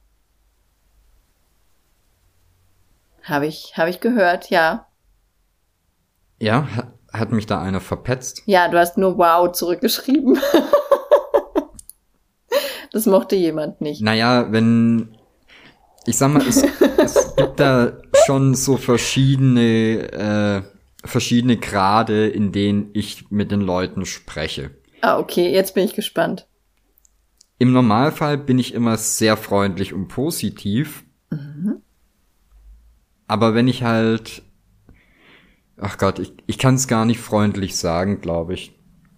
Habe ich, habe ich gehört, ja. Ja, hat, hat mich da einer verpetzt? Ja, du hast nur wow zurückgeschrieben. Das mochte jemand nicht. Naja, wenn, ich sag mal, es, es gibt da schon so verschiedene, äh, verschiedene Grade, in denen ich mit den Leuten spreche. Ah, okay, jetzt bin ich gespannt. Im Normalfall bin ich immer sehr freundlich und positiv. Mhm. Aber wenn ich halt, ach Gott, ich, ich kann es gar nicht freundlich sagen, glaube ich.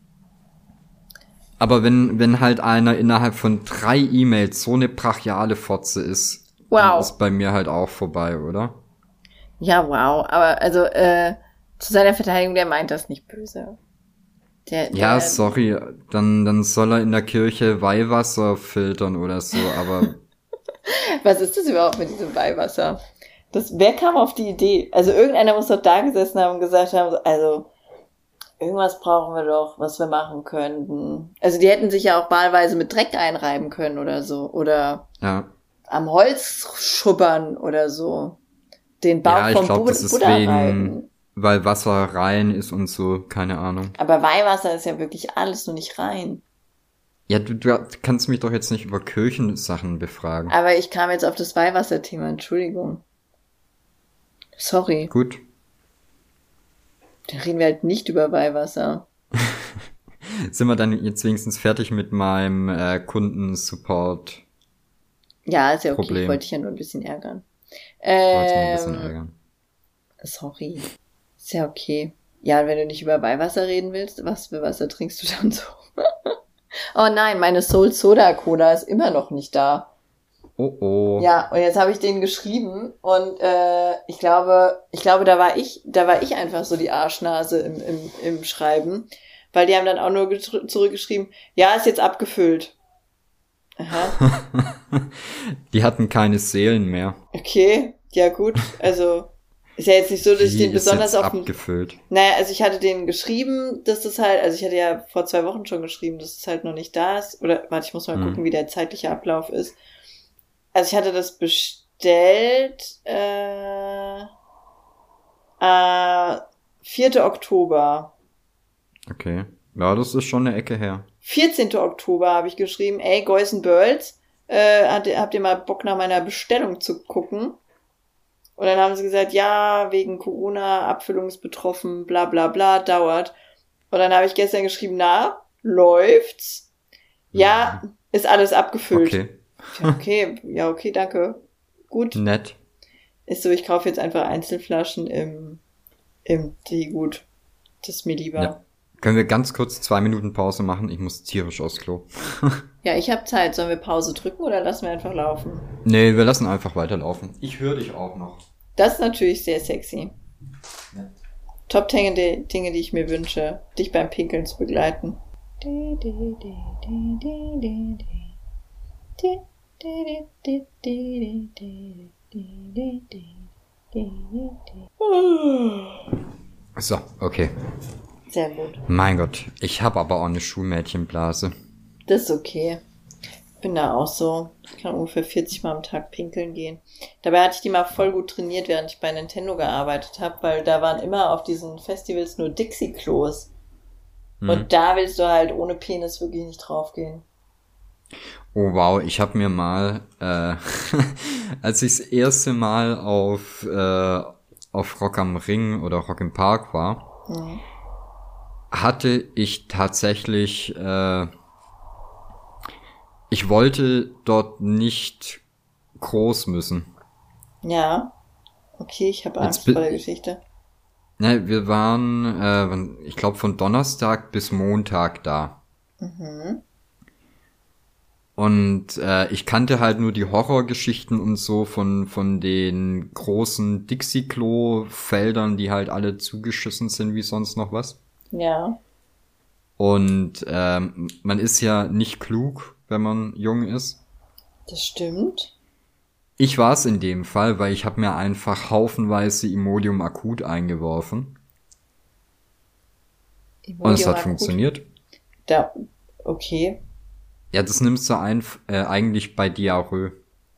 Aber wenn, wenn halt einer innerhalb von drei E-Mails so eine brachiale Fotze ist, Wow. dann ist bei mir halt auch vorbei, oder? Ja, wow. Aber also, äh, zu seiner Verteidigung, der meint das nicht böse. Der, der, Ja, sorry, dann, dann soll er in der Kirche Weihwasser filtern oder so, aber Was ist das überhaupt mit diesem Weihwasser? Das, wer kam auf die Idee? Also irgendeiner muss doch da gesessen haben und gesagt haben, so, also irgendwas brauchen wir doch, was wir machen könnten. Also die hätten sich ja auch wahlweise mit Dreck einreiben können oder so. Oder ja. am Holz schubbern oder so. Den Bauch Ja, ich vom glaube, Bu- das ist Buddha wegen, reiben. weil Wasser rein ist und so, keine Ahnung. Aber Weihwasser ist ja wirklich alles nur nicht rein. Ja, du, du kannst mich doch jetzt nicht über Kirchensachen befragen. Aber ich kam jetzt auf das Weihwasser-Thema, Entschuldigung. Sorry. Gut. Da reden wir halt nicht über Weihwasser. Sind wir dann jetzt wenigstens fertig mit meinem äh, Kundensupport? Ja, ist ja okay, Problem. ich wollte dich ja nur ein bisschen ärgern. Wollte ein bisschen Ähm, ärgern. sorry. Ist ja okay. Ja, und wenn du nicht über Weihwasser reden willst, was für Wasser trinkst du dann so? Oh nein, meine Soul Soda Cola ist immer noch nicht da. Oh oh. Ja, und jetzt habe ich denen geschrieben und äh, ich glaube, ich glaube, da war ich, da war ich einfach so die Arschnase im, im, im Schreiben, weil die haben dann auch nur getr- zurückgeschrieben, ja, ist jetzt abgefüllt. Aha, Die hatten keine Seelen mehr. okay, ja gut, also ist ja jetzt nicht so, dass ich Wie den ist besonders jetzt auf den, abgefüllt? naja, also ich hatte denen geschrieben, dass das halt, also ich hatte ja vor zwei Wochen schon geschrieben, dass es halt noch nicht da ist, oder warte, ich muss mal Hm. gucken, wie der zeitliche Ablauf ist. Also ich hatte das bestellt, äh, äh, vierter Oktober. Okay. Ja, das ist schon eine Ecke her. vierzehnten Oktober habe ich geschrieben, ey, Geusen Birds, äh, habt ihr, habt ihr mal Bock nach meiner Bestellung zu gucken? Und dann haben sie gesagt, ja, wegen Corona, abfüllungsbetroffen, bla bla bla, dauert. Und dann habe ich gestern geschrieben, na, läuft's? Ja, ist alles abgefüllt. Okay. Ja, okay, ja, okay, danke. Gut. Nett. Ist so, ich kaufe jetzt einfach Einzelflaschen im, im Teegut. Das ist mir lieber. Ja. Können wir ganz kurz zwei Minuten Pause machen? Ich muss tierisch aufs Klo. Ja, ich habe Zeit. Sollen wir Pause drücken oder lassen wir einfach laufen? Nee, wir lassen einfach weiterlaufen. Ich höre dich auch noch. Das ist natürlich sehr sexy. Ja. Top Dinge, die, Dinge, die ich mir wünsche, dich beim Pinkeln zu begleiten. So, okay. Sehr gut. Mein Gott, ich habe aber auch eine Schulmädchenblase. Das ist okay. bin da auch so. Ich kann ungefähr vierzig Mal am Tag pinkeln gehen. Dabei hatte ich die mal voll gut trainiert, während ich bei Nintendo gearbeitet habe, weil da waren immer auf diesen Festivals nur Dixie-Klos. Hm. Und da willst du halt ohne Penis wirklich nicht draufgehen. Oh wow, ich habe mir mal, äh, als ich das erste Mal auf, äh, auf Rock am Ring oder Rock im Park war, mhm. hatte ich tatsächlich, äh, ich wollte dort nicht groß müssen. Ja, okay, ich habe Angst vor der Geschichte. Ne, wir waren, äh, ich glaube, von Donnerstag bis Montag da. Mhm. Und äh, ich kannte halt nur die Horrorgeschichten und so von von den großen Dixie-Klo-Feldern, die halt alle zugeschissen sind wie sonst noch was. Ja. Und ähm, man ist ja nicht klug, wenn man jung ist. Das stimmt. Ich war es in dem Fall, weil ich habe mir einfach haufenweise Imodium akut eingeworfen. Imodium und es hat akut? funktioniert. Da, okay. Ja, das nimmst du ein, äh, eigentlich bei Diarrhoe.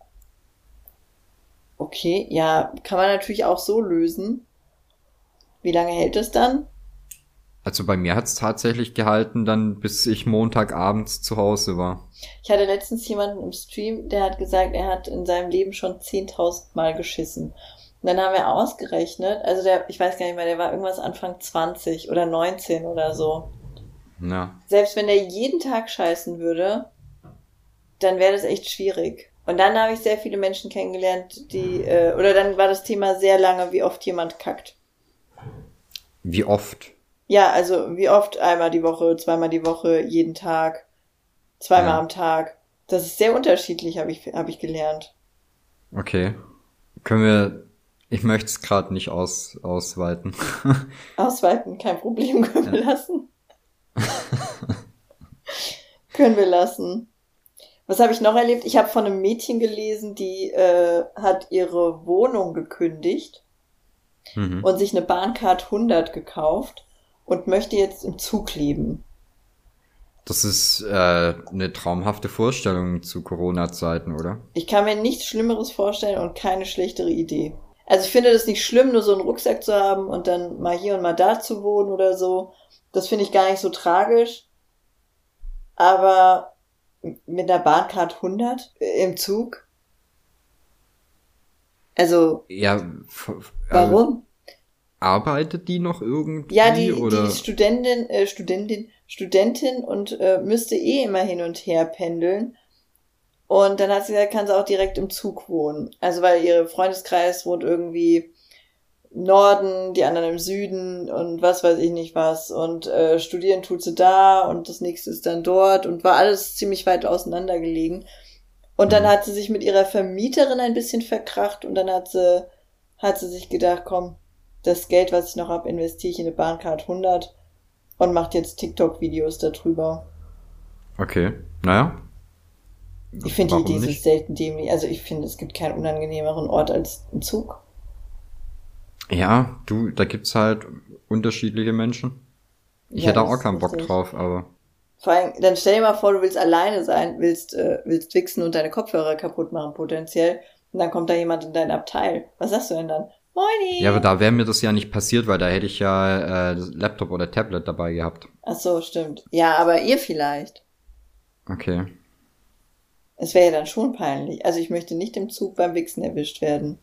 Okay, ja, kann man natürlich auch so lösen. Wie lange hält es dann? Also bei mir hat's tatsächlich gehalten, dann bis ich Montagabends zu Hause war. Ich hatte letztens jemanden im Stream, der hat gesagt, er hat in seinem Leben schon zehntausend Mal geschissen. Und dann haben wir ausgerechnet, also der, ich weiß gar nicht mehr, der war irgendwas Anfang zwanzig oder neunzehn oder so. Ja. Selbst wenn der jeden Tag scheißen würde, dann wäre das echt schwierig. Und dann habe ich sehr viele Menschen kennengelernt, die, äh, oder dann war das Thema sehr lange, wie oft jemand kackt. Wie oft? Ja, also wie oft? Einmal die Woche, zweimal die Woche, jeden Tag, zweimal ja. am Tag. Das ist sehr unterschiedlich, habe ich, hab ich gelernt. Okay. Können wir, ich möchte es gerade nicht aus, ausweiten. Ausweiten, kein Problem, können ja. wir lassen. Können wir lassen. Was habe ich noch erlebt? Ich habe von einem Mädchen gelesen, die äh, hat ihre Wohnung gekündigt mhm. und sich eine Bahncard hundert gekauft und möchte jetzt im Zug leben. Das ist äh, eine traumhafte Vorstellung zu Corona-Zeiten, oder? Ich kann mir nichts Schlimmeres vorstellen und keine schlechtere Idee. Also ich finde das nicht schlimm, nur so einen Rucksack zu haben und dann mal hier und mal da zu wohnen oder so. Das finde ich gar nicht so tragisch. Aber mit einer Bahncard hundert im Zug? Also, ja, f- warum? Arbeitet die noch irgendwie? Ja, die, oder? die Studentin, äh, Studentin, Studentin und äh, müsste eh immer hin und her pendeln. Und dann hat sie gesagt, kann sie auch direkt im Zug wohnen. Also weil ihr Freundeskreis wohnt irgendwie im Norden, die anderen im Süden und was weiß ich nicht was. Und äh, studieren tut sie da und das nächste ist dann dort und war alles ziemlich weit auseinander gelegen. Und dann mhm. hat sie sich mit ihrer Vermieterin ein bisschen verkracht und dann hat sie, hat sie sich gedacht, komm, das Geld, was ich noch hab, investiere ich in eine Bahncard hundert und macht jetzt TikTok-Videos darüber. Okay, naja. Ich finde die Idee so selten dämlich. Also ich finde, es gibt keinen unangenehmeren Ort als ein Zug. Ja, du, da gibt's halt unterschiedliche Menschen. Ich ja, hätte auch keinen Bock drauf, aber... Vor allem, dann stell dir mal vor, du willst alleine sein, willst äh, willst wichsen und deine Kopfhörer kaputt machen potenziell und dann kommt da jemand in dein Abteil. Was sagst du denn dann? Moini! Ja, aber da wäre mir das ja nicht passiert, weil da hätte ich ja äh, Laptop oder Tablet dabei gehabt. Ach so, stimmt. Ja, aber ihr vielleicht. Okay. Es wäre ja dann schon peinlich. Also ich möchte nicht im Zug beim Wichsen erwischt werden.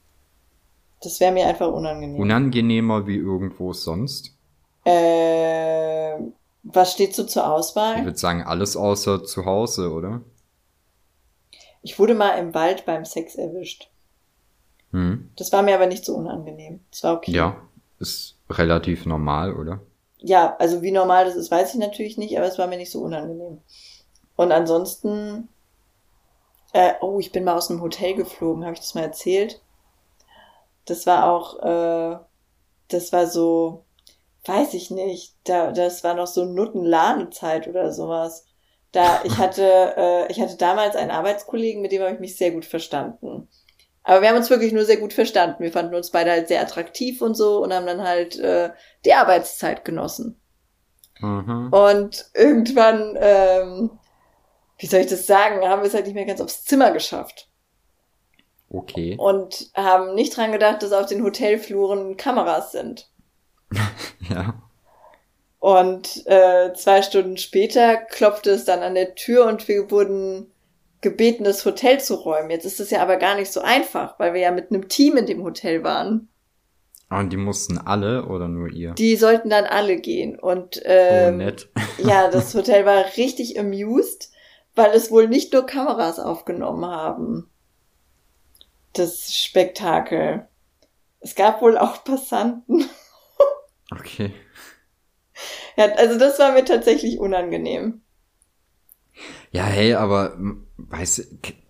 Das wäre mir einfach unangenehm. Unangenehmer wie irgendwo sonst? Äh, was steht so zur Auswahl? Ich würde sagen, alles außer zu Hause, oder? Ich wurde mal im Wald beim Sex erwischt. Hm. Das war mir aber nicht so unangenehm. Das war okay. Ja, ist relativ normal, oder? Ja, also wie normal das ist, weiß ich natürlich nicht, aber es war mir nicht so unangenehm. Und ansonsten, äh, oh, ich bin mal aus einem Hotel geflogen, habe ich das mal erzählt? Das war auch, äh, das war so, weiß ich nicht, da, das war noch so Nutten-Lade-Zeit oder sowas. Da, ich hatte, äh, ich hatte damals einen Arbeitskollegen, mit dem habe ich mich sehr gut verstanden. Aber wir haben uns wirklich nur sehr gut verstanden. Wir fanden uns beide halt sehr attraktiv und so und haben dann halt äh, die Arbeitszeit genossen. Mhm. Und irgendwann, ähm, wie soll ich das sagen, haben wir es halt nicht mehr ganz aufs Zimmer geschafft. Okay. Und haben nicht dran gedacht, dass auf den Hotelfluren Kameras sind. Ja. Und äh, zwei Stunden später klopfte es dann an der Tür und wir wurden gebeten, das Hotel zu räumen. Jetzt ist es ja aber gar nicht so einfach, weil wir ja mit einem Team in dem Hotel waren. Und die mussten alle oder nur ihr? Die sollten dann alle gehen. Und ähm, oh, nett. ja, das Hotel war richtig amused, weil es wohl nicht nur Kameras aufgenommen haben. Das Spektakel. Es gab wohl auch Passanten. Okay. Ja, also das war mir tatsächlich unangenehm. Ja, hey, aber weiß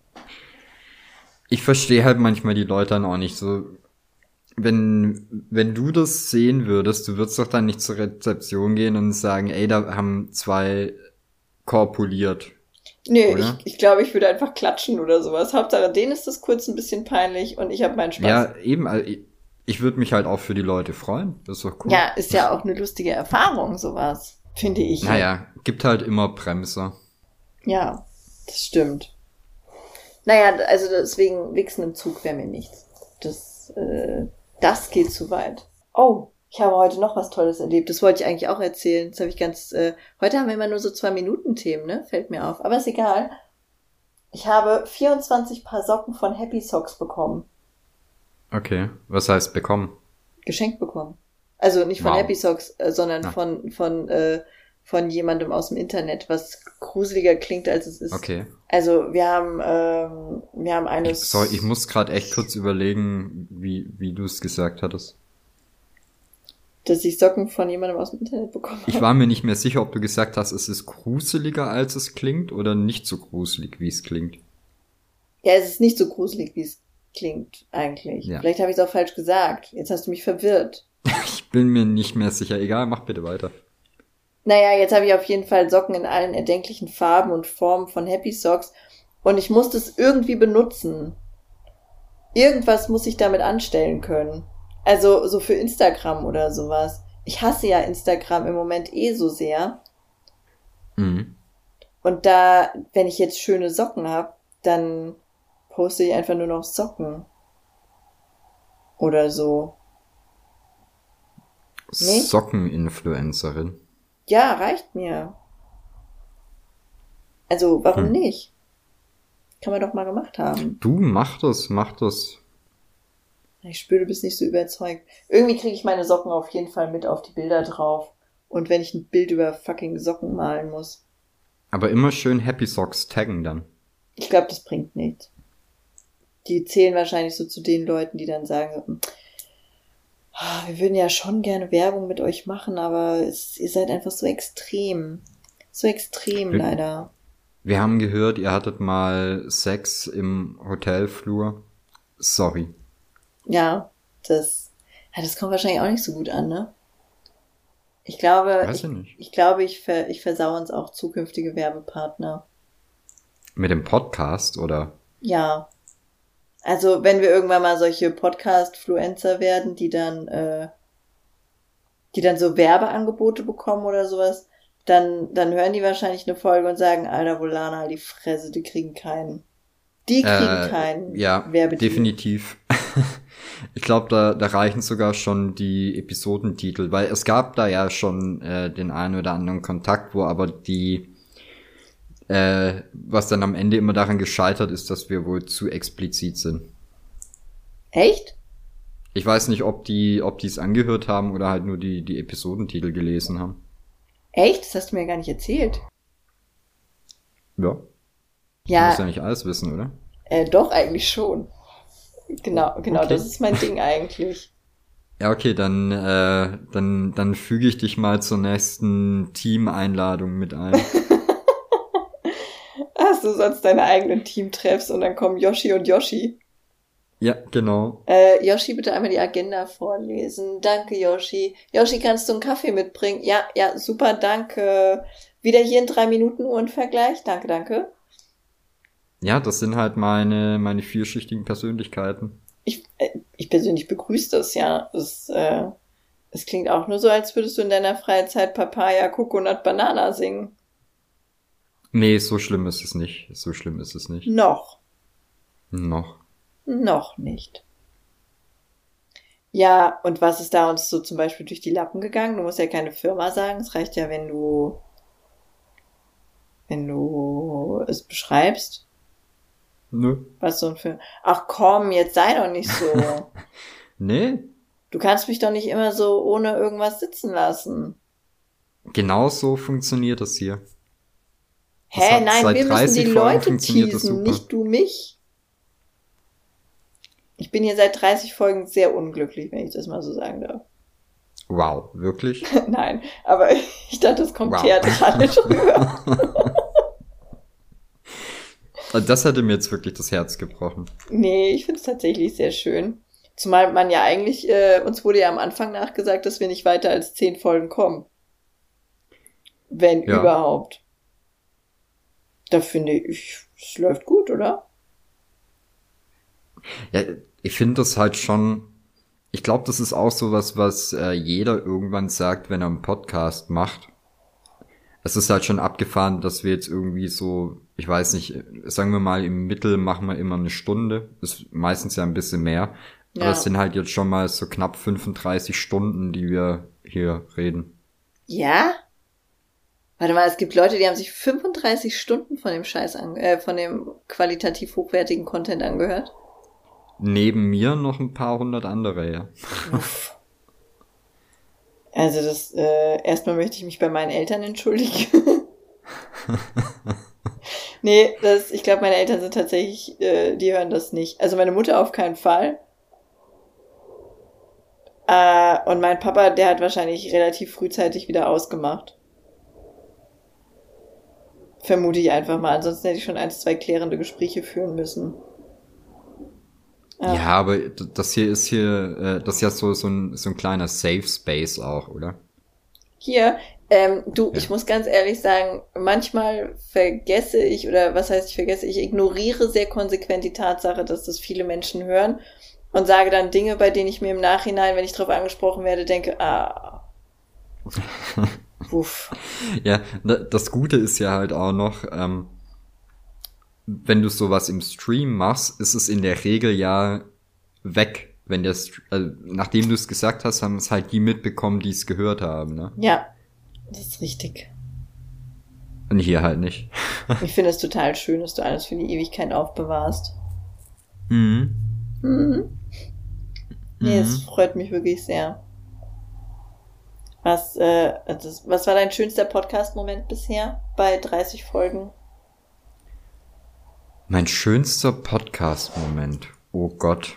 ich verstehe halt manchmal die Leute dann auch nicht so. Wenn wenn du das sehen würdest, du würdest doch dann nicht zur Rezeption gehen und sagen, ey, da haben zwei korpuliert. Nee, ich, ich glaube, ich würde einfach klatschen oder sowas. Hauptsache, denen ist das kurz ein bisschen peinlich und ich habe meinen Spaß. Ja, eben, ich würde mich halt auch für die Leute freuen. Das ist doch cool. Ja, ist ja auch eine lustige Erfahrung, sowas, finde ich. Naja, gibt halt immer Bremser. Ja, das stimmt. Naja, also deswegen Wichsen im Zug wäre mir nichts. Das, äh, das geht zu weit. Oh, ich habe heute noch was Tolles erlebt. Das wollte ich eigentlich auch erzählen. Das habe ich ganz, äh, heute haben wir immer nur so zwei Minuten Themen, ne? Fällt mir auf. Aber ist egal. Ich habe vierundzwanzig Paar Socken von Happy Socks bekommen. Okay. Was heißt bekommen? Geschenkt bekommen. Also nicht von wow. Happy Socks, äh, sondern ja. von, von, äh, von jemandem aus dem Internet, was gruseliger klingt, als es ist. Okay. Also wir haben, ähm, wir haben eine... Ich, sorry, ich muss gerade echt kurz überlegen, wie, wie du es gesagt hattest. Dass ich Socken von jemandem aus dem Internet bekommen habe. Ich war mir nicht mehr sicher, ob du gesagt hast, es ist gruseliger, als es klingt, oder nicht so gruselig, wie es klingt. Ja, es ist nicht so gruselig, wie es klingt, eigentlich. Ja. Vielleicht habe ich es auch falsch gesagt. Jetzt hast du mich verwirrt. Ich bin mir nicht mehr sicher. Egal, mach bitte weiter. Naja, jetzt habe ich auf jeden Fall Socken in allen erdenklichen Farben und Formen von Happy Socks und ich muss das irgendwie benutzen. Irgendwas muss ich damit anstellen können. Also so für Instagram oder sowas. Ich hasse ja Instagram im Moment eh so sehr. Mhm. Und da, wenn ich jetzt schöne Socken habe, dann poste ich einfach nur noch Socken. Oder so. Nee? Sockeninfluencerin. Ja, reicht mir. Also, warum hm. nicht? Kann man doch mal gemacht haben. Du, mach das, mach das. Ich spüre, du bist nicht so überzeugt. Irgendwie kriege ich meine Socken auf jeden Fall mit auf die Bilder drauf. Und wenn ich ein Bild über fucking Socken malen muss. Aber immer schön Happy Socks taggen dann. Ich glaube, das bringt nichts. Die zählen wahrscheinlich so zu den Leuten, die dann sagen, wir würden ja schon gerne Werbung mit euch machen, aber es, ihr seid einfach so extrem. So extrem, wir, leider. Wir haben gehört, ihr hattet mal Sex im Hotelflur. Sorry. Ja, das, ja, das kommt wahrscheinlich auch nicht so gut an, ne? Ich glaube, Weiß ich, ich, nicht. ich glaube, ich, ver, ich versau uns auch zukünftige Werbepartner. Mit dem Podcast, oder? Ja. Also, wenn wir irgendwann mal solche Podcast-Fluencer werden, die dann, äh, die dann so Werbeangebote bekommen oder sowas, dann, dann hören die wahrscheinlich eine Folge und sagen, Alter, Volana, die Fresse, die kriegen keinen. Die kriegen äh, keinen ja, Werbedeal. Definitiv. Ich glaube, da, da reichen sogar schon die Episodentitel, weil es gab da ja schon äh, den einen oder anderen Kontakt, wo aber die, äh, was dann am Ende immer daran gescheitert ist, dass wir wohl zu explizit sind. Echt? Ich weiß nicht, ob die, ob die es angehört haben oder halt nur die, die Episodentitel gelesen haben. Echt? Das hast du mir gar nicht erzählt. Ja. Ja. Du musst ja nicht alles wissen, oder? Äh, doch, eigentlich schon. Genau, genau, okay. Das ist mein Ding eigentlich. Ja, okay, dann, äh, dann, dann füge ich dich mal zur nächsten Team-Einladung mit ein. Hast du sonst deine eigenen Teamtreffs und dann kommen Yoshi und Yoshi. Ja, genau. Äh, Yoshi, bitte einmal die Agenda vorlesen. Danke, Yoshi. Yoshi, kannst du einen Kaffee mitbringen? Ja, ja, super, danke. Wieder hier in drei Minuten Uhrenvergleich. Danke, danke. Ja, das sind halt meine, meine vierschichtigen Persönlichkeiten. Ich, äh, ich persönlich begrüße das, ja. Es, äh, es klingt auch nur so, als würdest du in deiner Freizeit Papaya, Coconut, Banana singen. Nee, so schlimm ist es nicht. So schlimm ist es nicht. Noch. Noch. Noch nicht. Ja, und was ist da uns so zum Beispiel durch die Lappen gegangen? Du musst ja keine Firma sagen. Es reicht ja, wenn du, wenn du es beschreibst. Nö. Was so ein Film. Ach komm, jetzt sei doch nicht so. Nee. Du kannst mich doch nicht immer so ohne irgendwas sitzen lassen. Genau so funktioniert das hier. Das Hä, hat nein, seit wir müssen dreißig die Folgen Leute funktioniert das teasen, super. nicht du mich. Ich bin hier seit dreißig Folgen sehr unglücklich, wenn ich das mal so sagen darf. Wow, wirklich? Nein, aber ich dachte, das kommt Wow. theatralisch rüber. Das hätte mir jetzt wirklich das Herz gebrochen. Nee, ich finde es tatsächlich sehr schön. Zumal man ja eigentlich, äh, uns wurde ja am Anfang nachgesagt, dass wir nicht weiter als zehn Folgen kommen. Wenn Ja. überhaupt. Da finde ich, es läuft gut, oder? Ja, ich finde das halt schon, ich glaube, das ist auch sowas, was äh, jeder irgendwann sagt, wenn er einen Podcast macht. Es ist halt schon abgefahren, dass wir jetzt irgendwie so, ich weiß nicht, sagen wir mal, im Mittel machen wir immer eine Stunde. Ist meistens ja ein bisschen mehr. Ja. Aber es sind halt jetzt schon mal so knapp fünfunddreißig Stunden, die wir hier reden. Ja? Warte mal, es gibt Leute, die haben sich fünfunddreißig Stunden von dem Scheiß, an, äh, von dem qualitativ hochwertigen Content angehört. Neben mir noch ein paar hundert andere, ja. Uff. Also das, äh, erstmal möchte ich mich bei meinen Eltern entschuldigen. Nee, das, ich glaube, meine Eltern sind tatsächlich, äh, die hören das nicht. Also meine Mutter auf keinen Fall. Äh, und mein Papa, der hat wahrscheinlich relativ frühzeitig wieder ausgemacht. Vermute ich einfach mal. Ansonsten hätte ich schon ein, zwei klärende Gespräche führen müssen. Ja, aber d- das hier ist hier, äh, das ist ja so, so ein, so ein kleiner Safe Space auch, oder? Hier, ähm, du, Ja. ich muss ganz ehrlich sagen, manchmal vergesse ich, oder was heißt ich vergesse, ich ignoriere sehr konsequent die Tatsache, dass das viele Menschen hören und sage dann Dinge, bei denen ich mir im Nachhinein, wenn ich darauf angesprochen werde, denke, ah, uff. Ja, da- das Gute ist ja halt auch noch, ähm, wenn du sowas im Stream machst, ist es in der Regel ja weg. Wenn der, St- äh, nachdem du es gesagt hast, haben es halt die mitbekommen, die es gehört haben, ne? Ja, das ist richtig. Und hier halt nicht. Ich finde es total schön, dass du alles für die Ewigkeit aufbewahrst. Mhm. Mhm. Nee, es Mhm. freut mich wirklich sehr. Was, äh, das, was war dein schönster Podcast-Moment bisher bei dreißig Folgen? Mein schönster Podcast-Moment. Oh Gott.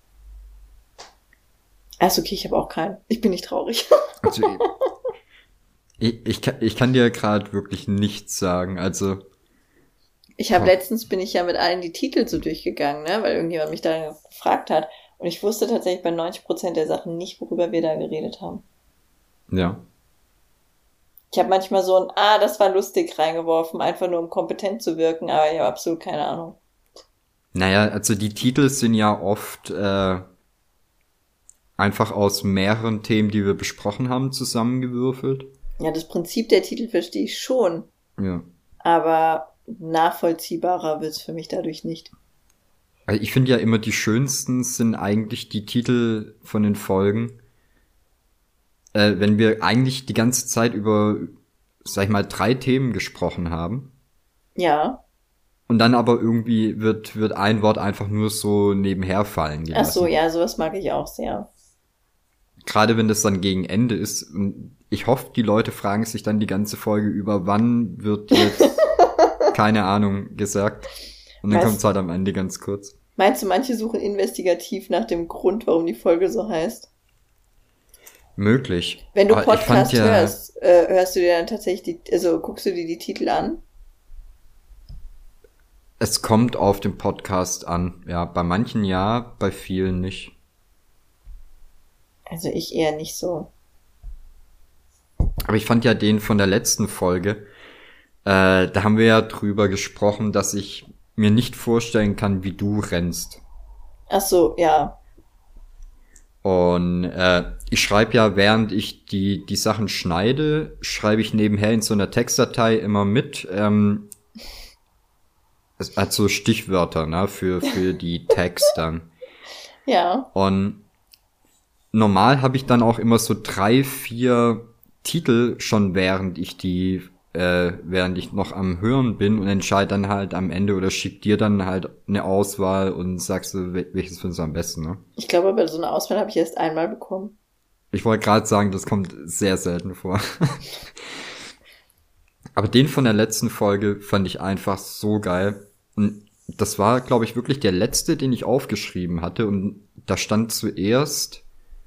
Achso, okay, ich habe auch keinen. Ich bin nicht traurig. Also, ich, ich, kann, ich kann dir gerade wirklich nichts sagen. Also, Ich habe Boah. letztens bin ich ja mit allen die Titel so durchgegangen, ne, weil irgendjemand mich da gefragt hat. Und ich wusste tatsächlich bei neunzig Prozent der Sachen nicht, worüber wir da geredet haben. ja. Ich habe manchmal so ein, ah, das war lustig reingeworfen, einfach nur um kompetent zu wirken, aber ich habe absolut keine Ahnung. Naja, also die Titel sind ja oft äh, einfach aus mehreren Themen, die wir besprochen haben, zusammengewürfelt. Ja, das Prinzip der Titel verstehe ich schon, Ja. aber nachvollziehbarer wird's für mich dadurch nicht. Also ich finde ja immer, die schönsten sind eigentlich die Titel von den Folgen, äh, wenn wir eigentlich die ganze Zeit über, sag ich mal, drei Themen gesprochen haben. Ja. Und dann aber irgendwie wird, wird ein Wort einfach nur so nebenher fallen gelassen. Ach so, ja, sowas mag ich auch sehr. Gerade wenn das dann gegen Ende ist. Und ich hoffe, die Leute fragen sich dann die ganze Folge über, wann wird jetzt, keine Ahnung, gesagt. Und dann Weißt- kommt's halt am Ende ganz kurz. Meinst du, manche suchen investigativ nach dem Grund, warum die Folge so heißt? Möglich. Wenn du Aber ich fand Podcast ja- hörst, äh, hörst du dir dann tatsächlich, die, also guckst du dir die Titel an? Es kommt auf den Podcast an. Ja, bei manchen ja, bei vielen nicht. Also ich eher nicht so. Aber ich fand ja den von der letzten Folge, äh, da haben wir ja drüber gesprochen, dass ich mir nicht vorstellen kann, wie du rennst. Ach so, ja. Und äh, ich schreibe ja, während ich die die Sachen schneide, schreibe ich nebenher in so einer Textdatei immer mit, ähm, Es hat so Stichwörter, ne, für, für die Tags dann. Ja. Und normal habe ich dann auch immer so drei, vier Titel schon während ich die, äh, während ich noch am Hören bin und entscheide dann halt am Ende oder schick dir dann halt eine Auswahl und sagst du, welches findest du am besten, ne? Ich glaube aber, so eine Auswahl habe ich erst einmal bekommen. Ich wollte gerade sagen, das kommt sehr selten vor. Aber den von der letzten Folge fand ich einfach so geil. Und das war, glaube ich, wirklich der letzte, den ich aufgeschrieben hatte. Und da stand zuerst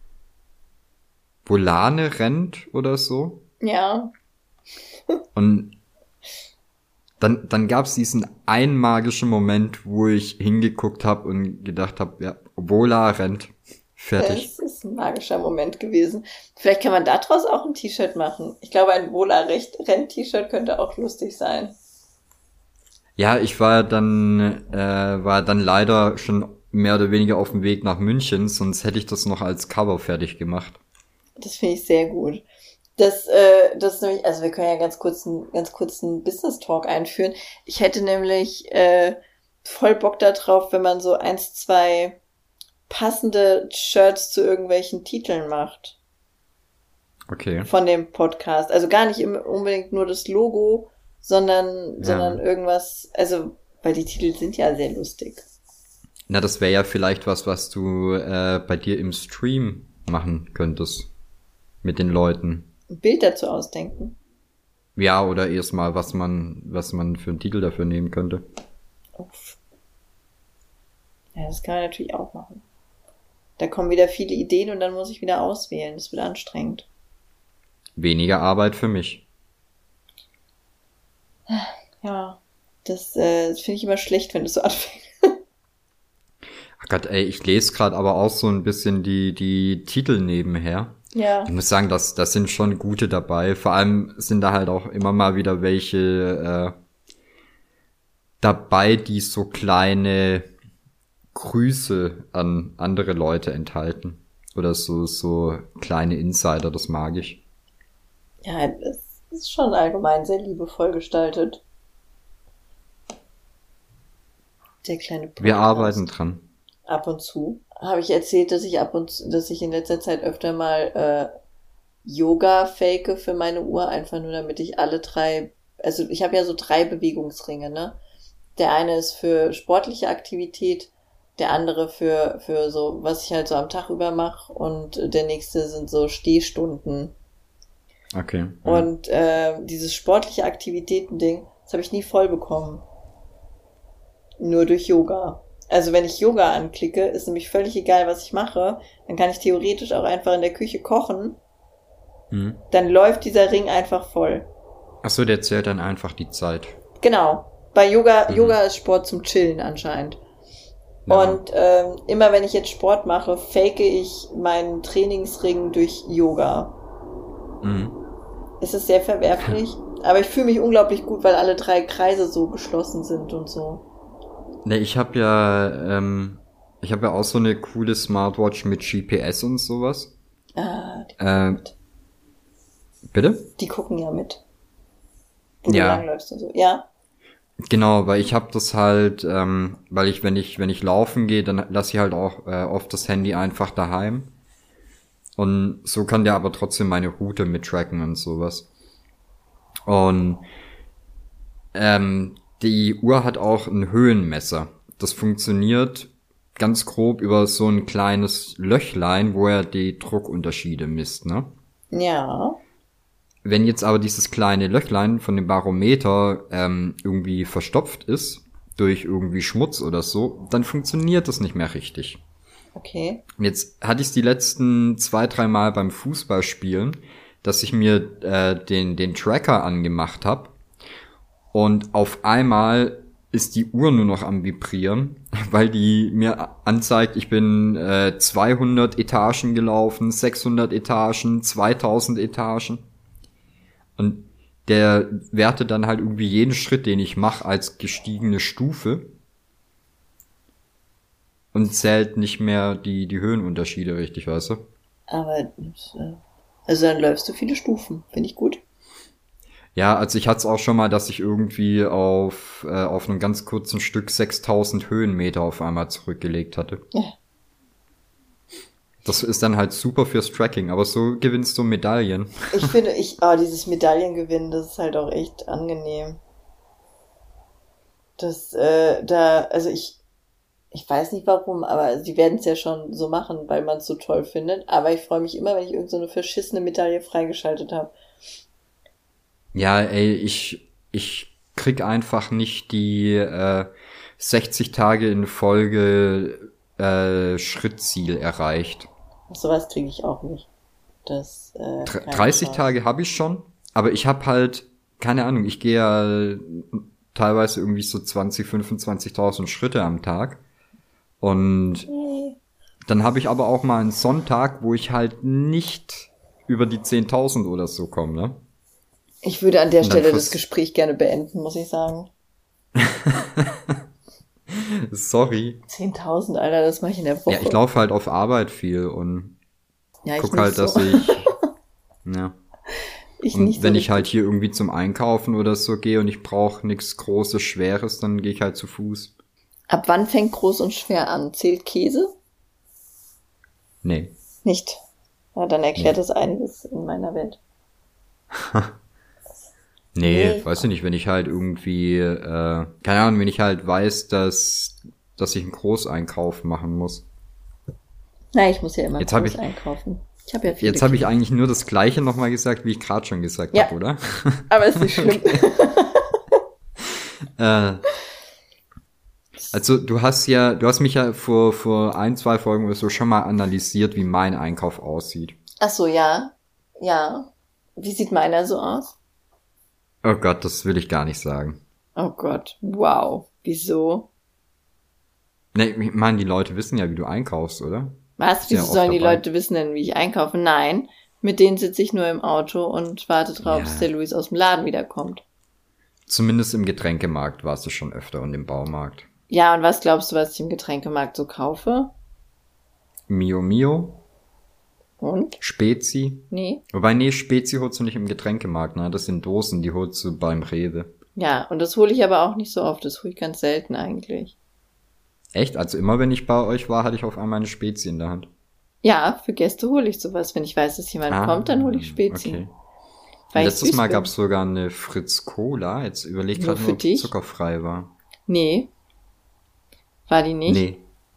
Volane rennt oder so. Ja. Und dann, dann gab's diesen einen magischen Moment, wo ich hingeguckt habe und gedacht habe, ja, Vola rennt. Fertig. Das ist ein magischer Moment gewesen. Vielleicht kann man daraus auch ein T-Shirt machen. Ich glaube, ein Vola-Renn-T-Shirt könnte auch lustig sein. Ja, ich war dann, äh, war dann leider schon mehr oder weniger auf dem Weg nach München, sonst hätte ich das noch als Cover fertig gemacht. Das finde ich sehr gut. Das, äh, das ist nämlich, also wir können ja ganz kurz einen, ganz kurzen Business Talk einführen. Ich hätte nämlich äh, voll Bock da drauf, wenn man so eins, zwei passende Shirts zu irgendwelchen Titeln macht. Okay. Von dem Podcast. Also gar nicht im, unbedingt nur das Logo, sondern, Ja. sondern irgendwas, also, weil die Titel sind ja sehr lustig. Na, das wäre ja vielleicht was, was du äh, bei dir im Stream machen könntest. Mit den Leuten. Ein Bild dazu ausdenken. Ja, oder erstmal, was man, was man für einen Titel dafür nehmen könnte. Uff. Ja, das kann man natürlich auch machen. Da kommen wieder viele Ideen und dann muss ich wieder auswählen. Das wird anstrengend. Weniger Arbeit für mich. Ja, das, äh, das finde ich immer schlecht, wenn das so anfängt. Ach Gott, ey, ich lese gerade aber auch so ein bisschen die, die Titel nebenher. Ja. Ich muss sagen, das, das sind schon gute dabei. Vor allem sind da halt auch immer mal wieder welche äh, dabei, die so kleine Grüße an andere Leute enthalten. Oder so, so kleine Insider, das mag ich. Ja, es ist schon allgemein sehr liebevoll gestaltet. Der kleine Podcast. Wir arbeiten dran. Ab und zu. Habe ich erzählt, dass ich ab und zu, dass ich in letzter Zeit öfter mal äh, Yoga fake für meine Uhr, einfach nur damit ich alle drei, also ich habe ja so drei Bewegungsringe, ne? Der eine ist für sportliche Aktivität, der andere für für so, was ich halt so am Tag über mache und der nächste sind so Stehstunden. Okay. Und äh, dieses sportliche Aktivitäten-Ding, das habe ich nie voll bekommen. Nur durch Yoga. Also wenn ich Yoga anklicke, ist nämlich völlig egal, was ich mache. Dann kann ich theoretisch auch einfach in der Küche kochen. Hm. Dann läuft dieser Ring einfach voll. Ach so, der zählt dann einfach die Zeit. Genau. Bei Yoga, Mhm. Yoga ist Sport zum Chillen anscheinend. Ja. Und ähm, immer wenn ich jetzt Sport mache, fake ich meinen Trainingsring durch Yoga. Mhm. Es ist sehr verwerflich, aber ich fühle mich unglaublich gut, weil alle drei Kreise so geschlossen sind und so. Ne, ich habe ja, ähm, ich habe ja auch so eine coole Smartwatch mit G P S und sowas. Ah, die, Ähm, bitte? die gucken ja mit. Wo Ja. du langläufst und so. Ja. Genau, weil ich habe das halt, ähm, weil ich, wenn ich, wenn ich laufen gehe, dann lasse ich halt auch äh, oft das Handy einfach daheim. Und so kann der aber trotzdem meine Route mittracken und sowas. Und ähm, die Uhr hat auch ein Höhenmesser. Das funktioniert ganz grob über so ein kleines Löchlein, wo er die Druckunterschiede misst, ne? Ja. Wenn jetzt aber dieses kleine Löchlein von dem Barometer ähm, irgendwie verstopft ist, durch irgendwie Schmutz oder so, dann funktioniert das nicht mehr richtig. Okay. Und jetzt hatte ich es die letzten zwei, drei Mal beim Fußballspielen, dass ich mir äh, den, den Tracker angemacht habe und auf einmal ist die Uhr nur noch am Vibrieren, weil die mir anzeigt, ich bin äh, zweihundert Etagen gelaufen, sechshundert Etagen, zweitausend Etagen. Und der wertet dann halt irgendwie jeden Schritt, den ich mache, als gestiegene Stufe und zählt nicht mehr die, die Höhenunterschiede richtig, weißt du? Aber, äh, also dann läufst du viele Stufen. Finde ich gut. Ja, also ich hatte es auch schon mal, dass ich irgendwie auf, äh, auf einem ganz kurzen Stück sechstausend Höhenmeter auf einmal zurückgelegt hatte. Ja. Das ist dann halt super fürs Tracking, aber so gewinnst du Medaillen. Ich finde, ich, oh, dieses Medaillengewinnen, das ist halt auch echt angenehm. Das, äh, da, also ich, ich weiß nicht warum, aber sie werden es ja schon so machen, weil man es so toll findet. Aber ich freue mich immer, wenn ich irgend so eine verschissene Medaille freigeschaltet habe. Ja, ey, ich, ich krieg einfach nicht die äh, sechzig Tage in Folge äh, Schrittziel erreicht. Sowas kriege ich auch nicht. Das, äh, Dr- keine dreißig Chance. Tage habe ich schon, aber ich habe halt, keine Ahnung, ich gehe ja teilweise irgendwie so zwanzig, fünfundzwanzigtausend Schritte am Tag. Und Nee. dann habe ich aber auch mal einen Sonntag, wo ich halt nicht über die zehntausend oder so komme, ne? Ich würde an der Und dann Stelle das vers- Gespräch gerne beenden, muss ich sagen. Sorry. zehntausend, Alter, das mache ich in der Woche. Ja, ich laufe halt auf Arbeit viel und Ja, ich guck nicht halt, so. dass ich, ja. Ich Und nicht so wenn ich richtig. halt hier irgendwie zum Einkaufen oder so gehe und ich brauche nichts Großes, Schweres, dann gehe ich halt zu Fuß. Ab wann fängt groß und schwer an? Zählt Käse? Nee. Nicht. Ja, dann erklärt Nee. das einiges in meiner Welt. Nee, Nee. weiß ich nicht, wenn ich halt irgendwie, äh, keine Ahnung, wenn ich halt weiß, dass, dass ich einen Großeinkauf machen muss. Na, ich muss ja immer Jetzt hab groß ich- einkaufen. Ich habe ja viele Jetzt habe ich Kinder. eigentlich nur das Gleiche nochmal gesagt, wie ich gerade schon gesagt Ja. habe, oder? Aber ist nicht schlimm. Äh, also du hast ja, du hast mich ja vor, vor ein, zwei Folgen oder so schon mal analysiert, wie mein Einkauf aussieht. Ach so, ja. Ja. Wie sieht meiner so aus? Oh Gott, das will ich gar nicht sagen. Oh Gott. Wow. Wieso? Nee, ich meine, die Leute wissen ja, wie du einkaufst, oder? Was? Ist ja Wieso oft sollen die dabei. Leute wissen denn, wie ich einkaufe? Nein. Mit denen sitze ich nur im Auto und warte drauf, Ja. bis der Luis aus dem Laden wiederkommt. Zumindest im Getränkemarkt warst du schon öfter und im Baumarkt. Ja, und was glaubst du, was ich im Getränkemarkt so kaufe? Mio Mio, Und? Spezi. Nee. Wobei, nee, Spezi holst du nicht im Getränkemarkt, ne? Das sind Dosen, die holst du beim Rewe. Ja, und das hole ich aber auch nicht so oft. Das hole ich ganz selten eigentlich. Echt? Also immer, wenn ich bei euch war, hatte ich auf einmal eine Spezi in der Hand. Ja, für Gäste hole ich sowas. Wenn ich weiß, dass jemand Ah, kommt, dann hole ich Spezi. Okay. Weil ich Letztes süß Mal bin. gab's sogar eine Fritz Cola. Jetzt überleg Nur gerade für nur, ob die dich? zuckerfrei war. Nee. War die nicht? Nee,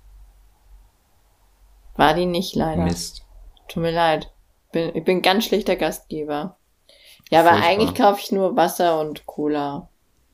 War die nicht, leider. Mist. Tut mir leid. Bin, ich bin ganz schlechter Gastgeber. Ja, aber Furchtbar. eigentlich kaufe ich nur Wasser und Cola.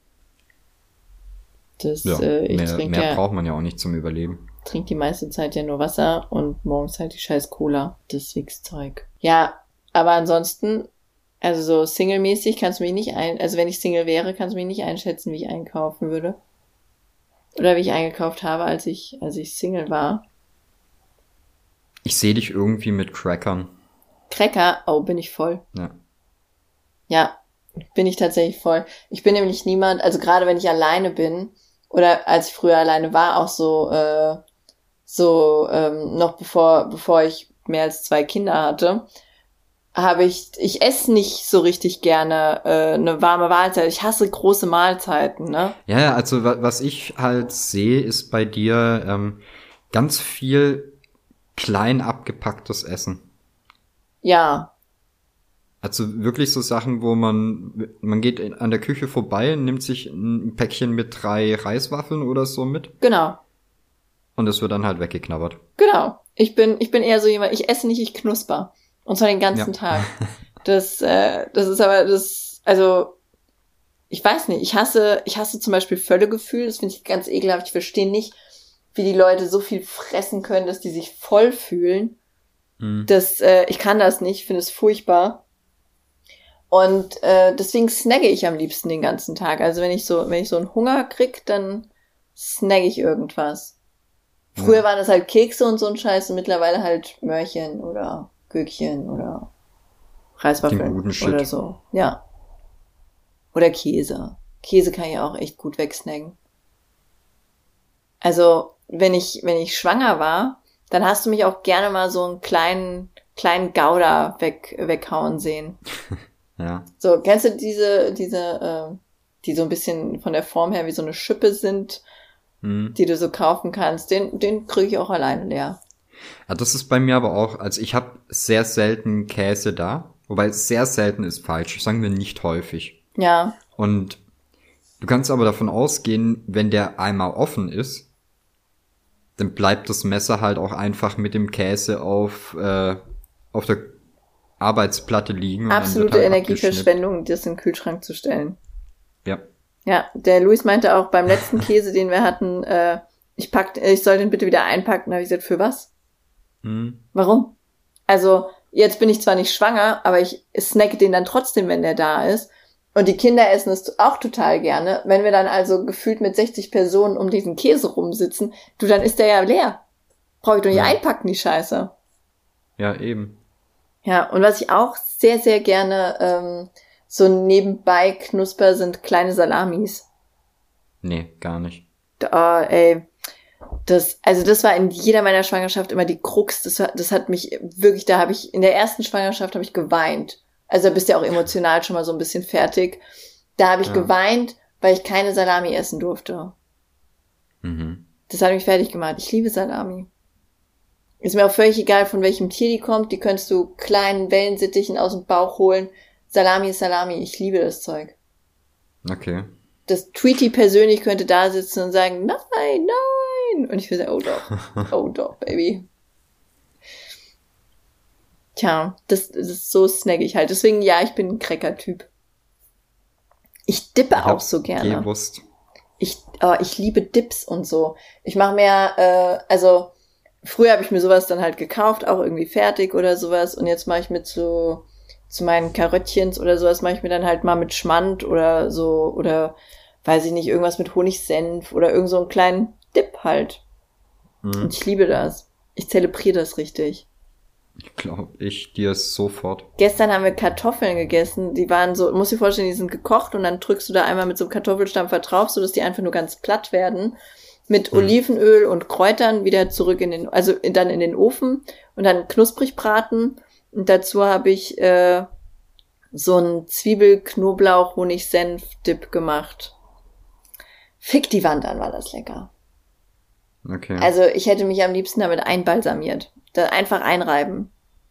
Das, Ja, äh, ich mehr, trinke mehr ja, braucht man ja auch nicht zum Überleben. trink die meiste Zeit ja nur Wasser und morgens halt die scheiß Cola. Das Wichszeug. Ja, aber ansonsten, also so Single-mäßig kannst du mich nicht ein, also wenn ich Single wäre, kannst du mich nicht einschätzen, wie ich einkaufen würde. Oder wie ich eingekauft habe, als ich, als ich Single war. Ich sehe dich irgendwie mit Crackern. Cracker, oh, bin ich voll. Ja. Ja, bin ich tatsächlich voll. Ich bin nämlich niemand, also gerade wenn ich alleine bin, oder als ich früher alleine war, auch so, äh, so, ähm, noch bevor, bevor ich mehr als zwei Kinder hatte, habe ich, ich esse nicht so richtig gerne äh, eine warme Mahlzeit. Ich hasse große Mahlzeiten, ne? Ja, ja, also wa- was ich halt sehe, ist bei dir ähm, ganz viel klein abgepacktes Essen. Ja, Also wirklich so Sachen, wo man, man geht in- an der Küche vorbei, nimmt sich ein Päckchen mit drei Reiswaffeln oder so mit genau, und das wird dann halt weggeknabbert. genau. Ich bin, ich bin eher so jemand, ich esse nicht, ich knusper. Und zwar den ganzen Ja. Tag. Das, äh, das ist aber, das, also, ich weiß nicht, ich hasse, ich hasse zum Beispiel Völlegefühl, das finde ich ganz ekelhaft. Ich verstehe nicht, wie die Leute so viel fressen können, dass die sich voll fühlen. Hm. Das, äh, ich kann das nicht, finde es furchtbar. Und äh, deswegen snacke ich am liebsten den ganzen Tag. Also wenn ich so, wenn ich so einen Hunger krieg, dann snacke ich irgendwas. Früher Ja. waren das halt Kekse und so ein Scheiß und mittlerweile halt Möhrchen oder Gürkchen oder Den Reiswaffeln guten Shit. oder so. Ja. Oder Käse. Käse kann ich auch echt gut wegsnacken. Also, wenn ich, wenn ich schwanger war, dann hast du mich auch gerne mal so einen kleinen, kleinen Gouda weg, weghauen sehen. Ja. So, kennst du diese, diese, äh, die so ein bisschen von der Form her wie so eine Schippe sind, Hm. die du so kaufen kannst? Den, den kriege ich auch alleine leer. Ja, das ist bei mir aber auch, also ich habe sehr selten Käse da, wobei sehr selten ist falsch, sagen wir nicht häufig. Ja. Und du kannst aber davon ausgehen, wenn der einmal offen ist, dann bleibt das Messer halt auch einfach mit dem Käse auf, äh, auf der Arbeitsplatte liegen. Und Absolute dann wird halt Energieverschwendung, das in den Kühlschrank zu stellen. Ja. Ja, der Luis meinte auch beim letzten Käse, den wir hatten, äh, ich pack, ich soll den bitte wieder einpacken. Da habe ich gesagt, für was? Hm. Warum? Also, jetzt bin ich zwar nicht schwanger, aber ich snacke den dann trotzdem, wenn der da ist. Und die Kinder essen es auch total gerne. Wenn wir dann also gefühlt mit sechzig Personen um diesen Käse rumsitzen, du, dann ist der ja leer. Brauche ich doch nicht Ja. einpacken, die Scheiße. Ja, eben. Ja, und was ich auch sehr, sehr gerne ähm, so nebenbei knusper, sind kleine Salamis. Nee, gar nicht. Da, ey, das, also das war in jeder meiner Schwangerschaft immer die Krux. Das, das hat mich wirklich, da habe ich, in der ersten Schwangerschaft habe ich geweint. Also da bist du ja auch emotional schon mal so ein bisschen fertig. Da habe ich Ja. geweint, weil ich keine Salami essen durfte. Mhm. Das hat mich fertig gemacht. Ich liebe Salami. Ist mir auch völlig egal, von welchem Tier die kommt. Die könntest du kleinen Wellensittichen aus dem Bauch holen. Salami ist Salami. Ich liebe das Zeug. Okay. Das Tweety persönlich könnte da sitzen und sagen, nein, nein. Und ich würde sagen, oh doch, oh doch, Baby. Tja, das, das ist so snackig halt. Deswegen, ja, ich bin ein Cracker-Typ. Ich dippe Ich auch hab's so gerne. gewusst. Ich, oh, ich liebe Dips und so. Ich mache mehr, äh, also früher habe ich mir sowas dann halt gekauft, auch irgendwie fertig oder sowas. Und jetzt mache ich mit so, zu meinen Karöttchens oder sowas, mache ich mir dann halt mal mit Schmand oder so, oder weiß ich nicht, irgendwas mit Honigsenf oder irgend so einen kleinen Dip halt. Mhm. Und ich liebe das. Ich zelebriere das richtig. Ich glaube, ich dir sofort. Gestern haben wir Kartoffeln gegessen, die waren so, muss dir vorstellen, die sind gekocht und dann drückst du da einmal mit so einem Kartoffelstampfer drauf, sodass die einfach nur ganz platt werden. Mit Hm. Olivenöl und Kräutern wieder zurück in den, also in, dann in den Ofen und dann knusprig braten. Und dazu habe ich äh, so einen Zwiebel-Knoblauch-Honig-Senf-Dip gemacht. Fick die Wand an, war das lecker. Okay. Also ich hätte mich am liebsten damit einbalsamiert. Da einfach einreiben.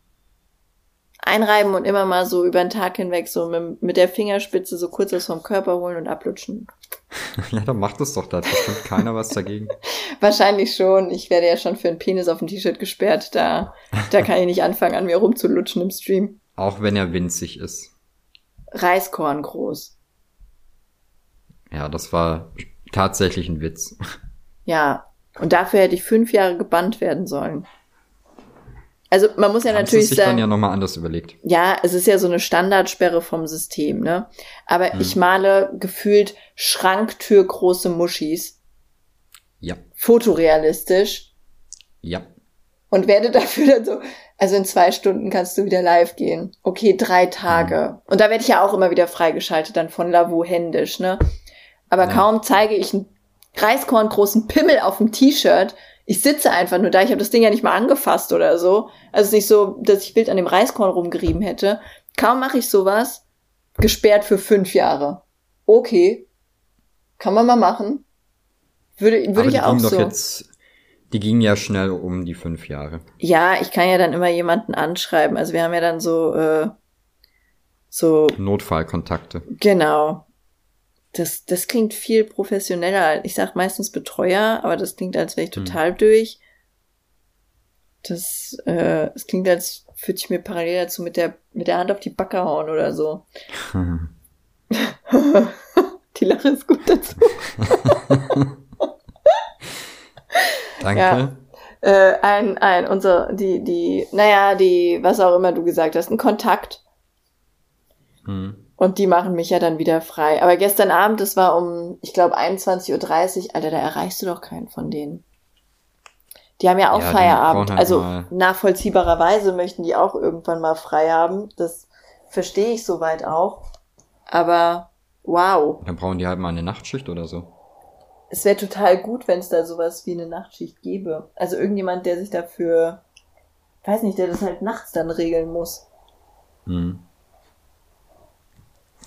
Einreiben und immer mal so über den Tag hinweg so mit, mit der Fingerspitze so kurz was vom Körper holen und ablutschen. Ja, dann macht das doch, da hat bestimmt keiner was dagegen. Wahrscheinlich schon. Ich werde ja schon für einen Penis auf dem T-Shirt gesperrt. Da, da kann ich nicht anfangen, an mir rumzulutschen im Stream. Auch wenn er winzig ist. Reiskorn groß. Ja, das war tatsächlich ein Witz. Ja. Und dafür hätte ich fünf Jahre gebannt werden sollen. Also man muss ja Haben sie natürlich sich sagen, dann ja nochmal anders überlegt. ja, es ist ja so eine Standardsperre vom System, ne? Aber Hm. ich male gefühlt schranktürgroße Muschis, Ja. fotorealistisch, Ja. und werde dafür dann so, also in zwei Stunden kannst du wieder live gehen. Okay, drei Tage. Und da werde ich ja auch immer wieder freigeschaltet, dann von Lavu händisch, ne? Aber Ja. kaum zeige ich einen reiskorngroßen Pimmel auf dem T-Shirt. Ich sitze einfach nur da, ich habe das Ding ja nicht mal angefasst oder so. Also es ist nicht so, dass ich wild an dem Reiskorn rumgerieben hätte. Kaum mache ich sowas, gesperrt für fünf Jahre. Okay, kann man mal machen. Würde, würde Aber ich die auch gingen so. doch jetzt, die gingen ja schnell um die fünf Jahre. Ja, ich kann ja dann immer jemanden anschreiben. Also wir haben ja dann so, äh, so, Notfallkontakte. genau. Das, das klingt viel professioneller. Ich sag meistens Betreuer, aber das klingt, als wäre ich total durch. Das, äh, es klingt, als würde ich mir parallel dazu mit der, mit der Hand auf die Backe hauen oder so. Die Lache ist gut dazu. Danke. Ja. Äh, ein, ein, unser, die, die, naja, die, was auch immer du gesagt hast, ein Kontakt. Hm. Und die machen mich ja dann wieder frei. Aber gestern Abend, das war um, ich glaube, einundzwanzig Uhr dreißig, Alter, da erreichst du doch keinen von denen. Die haben ja auch Ja, die Feierabend. brauchen halt Also mal- nachvollziehbarerweise möchten die auch irgendwann mal frei haben. Das verstehe ich soweit auch. Aber wow. Dann brauchen die halt mal eine Nachtschicht oder so. Es wäre total gut, wenn es da sowas wie eine Nachtschicht gäbe. Also irgendjemand, der sich dafür, weiß nicht, der das halt nachts dann regeln muss. Hm.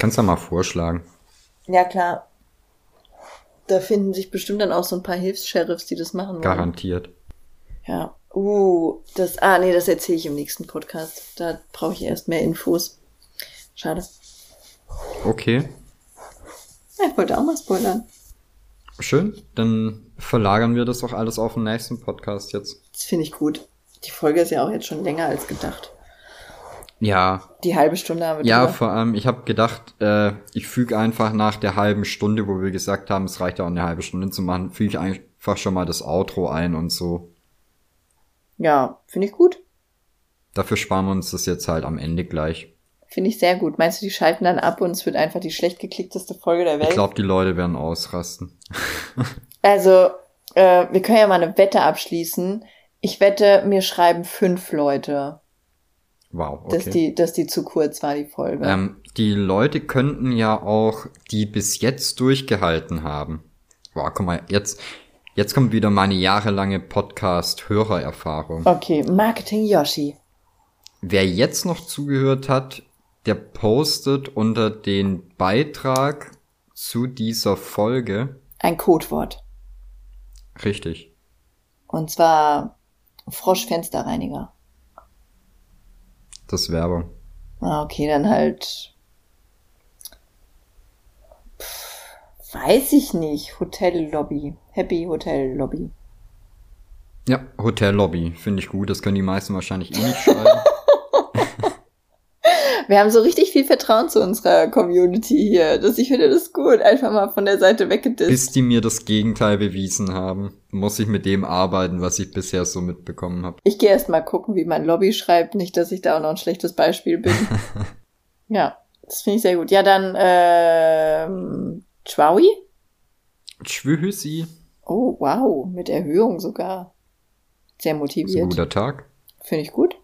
Kannst du mal vorschlagen. Ja, klar. Da finden sich bestimmt dann auch so ein paar Hilfs-Sheriffs, die das machen wollen. Garantiert. Ja. Uh, das, ah, nee, das erzähle ich im nächsten Podcast. Da brauche ich erst mehr Infos. Schade. Okay. Ja, ich wollte auch mal spoilern. Schön, dann verlagern wir das doch alles auf den nächsten Podcast jetzt. Das finde ich gut. Die Folge ist ja auch jetzt schon länger als gedacht. Ja. Die halbe Stunde haben wir Ja, drüber. vor allem, ich habe gedacht, äh, ich füge einfach nach der halben Stunde, wo wir gesagt haben, es reicht ja auch eine halbe Stunde zu machen, füge ich einfach schon mal das Outro ein und so. Ja, finde ich gut. Dafür sparen wir uns das jetzt halt am Ende gleich. Finde ich sehr gut. Meinst du, die schalten dann ab und es wird einfach die schlecht geklickteste Folge der Welt? Ich glaube, die Leute werden ausrasten. Also, äh, wir können ja mal eine Wette abschließen. Ich wette, mir schreiben fünf Leute, Wow, okay. dass die, dass die zu kurz war, die Folge. Ähm, die Leute könnten ja auch, die bis jetzt durchgehalten haben. Wow, guck mal, jetzt, jetzt kommt wieder meine jahrelange Podcast-Hörererfahrung. Okay, Marketing Yoshi. Wer jetzt noch zugehört hat, der postet unter den Beitrag zu dieser Folge. Ein Codewort. Richtig. Und zwar Froschfensterreiniger. Das ist Werbung. Ah, okay, dann halt. Pff, weiß ich nicht. Hotellobby. Happy Hotel Lobby. Ja, Hotellobby. Finde ich gut. Das können die meisten wahrscheinlich eh nicht schreiben. Wir haben so richtig viel Vertrauen zu unserer Community hier. Das, ich finde das gut. Einfach mal von der Seite weggedisst. Bis die mir das Gegenteil bewiesen haben, muss ich mit dem arbeiten, was ich bisher so mitbekommen habe. Ich gehe erst mal gucken, wie man Lobby schreibt. Nicht, dass ich da auch noch ein schlechtes Beispiel bin. Ja, das finde ich sehr gut. Ja, dann, ähm, Chwaui? Tschüssi. Oh, wow. Mit Erhöhung sogar. Sehr Ist ein motiviert. guter Tag. Finde ich gut.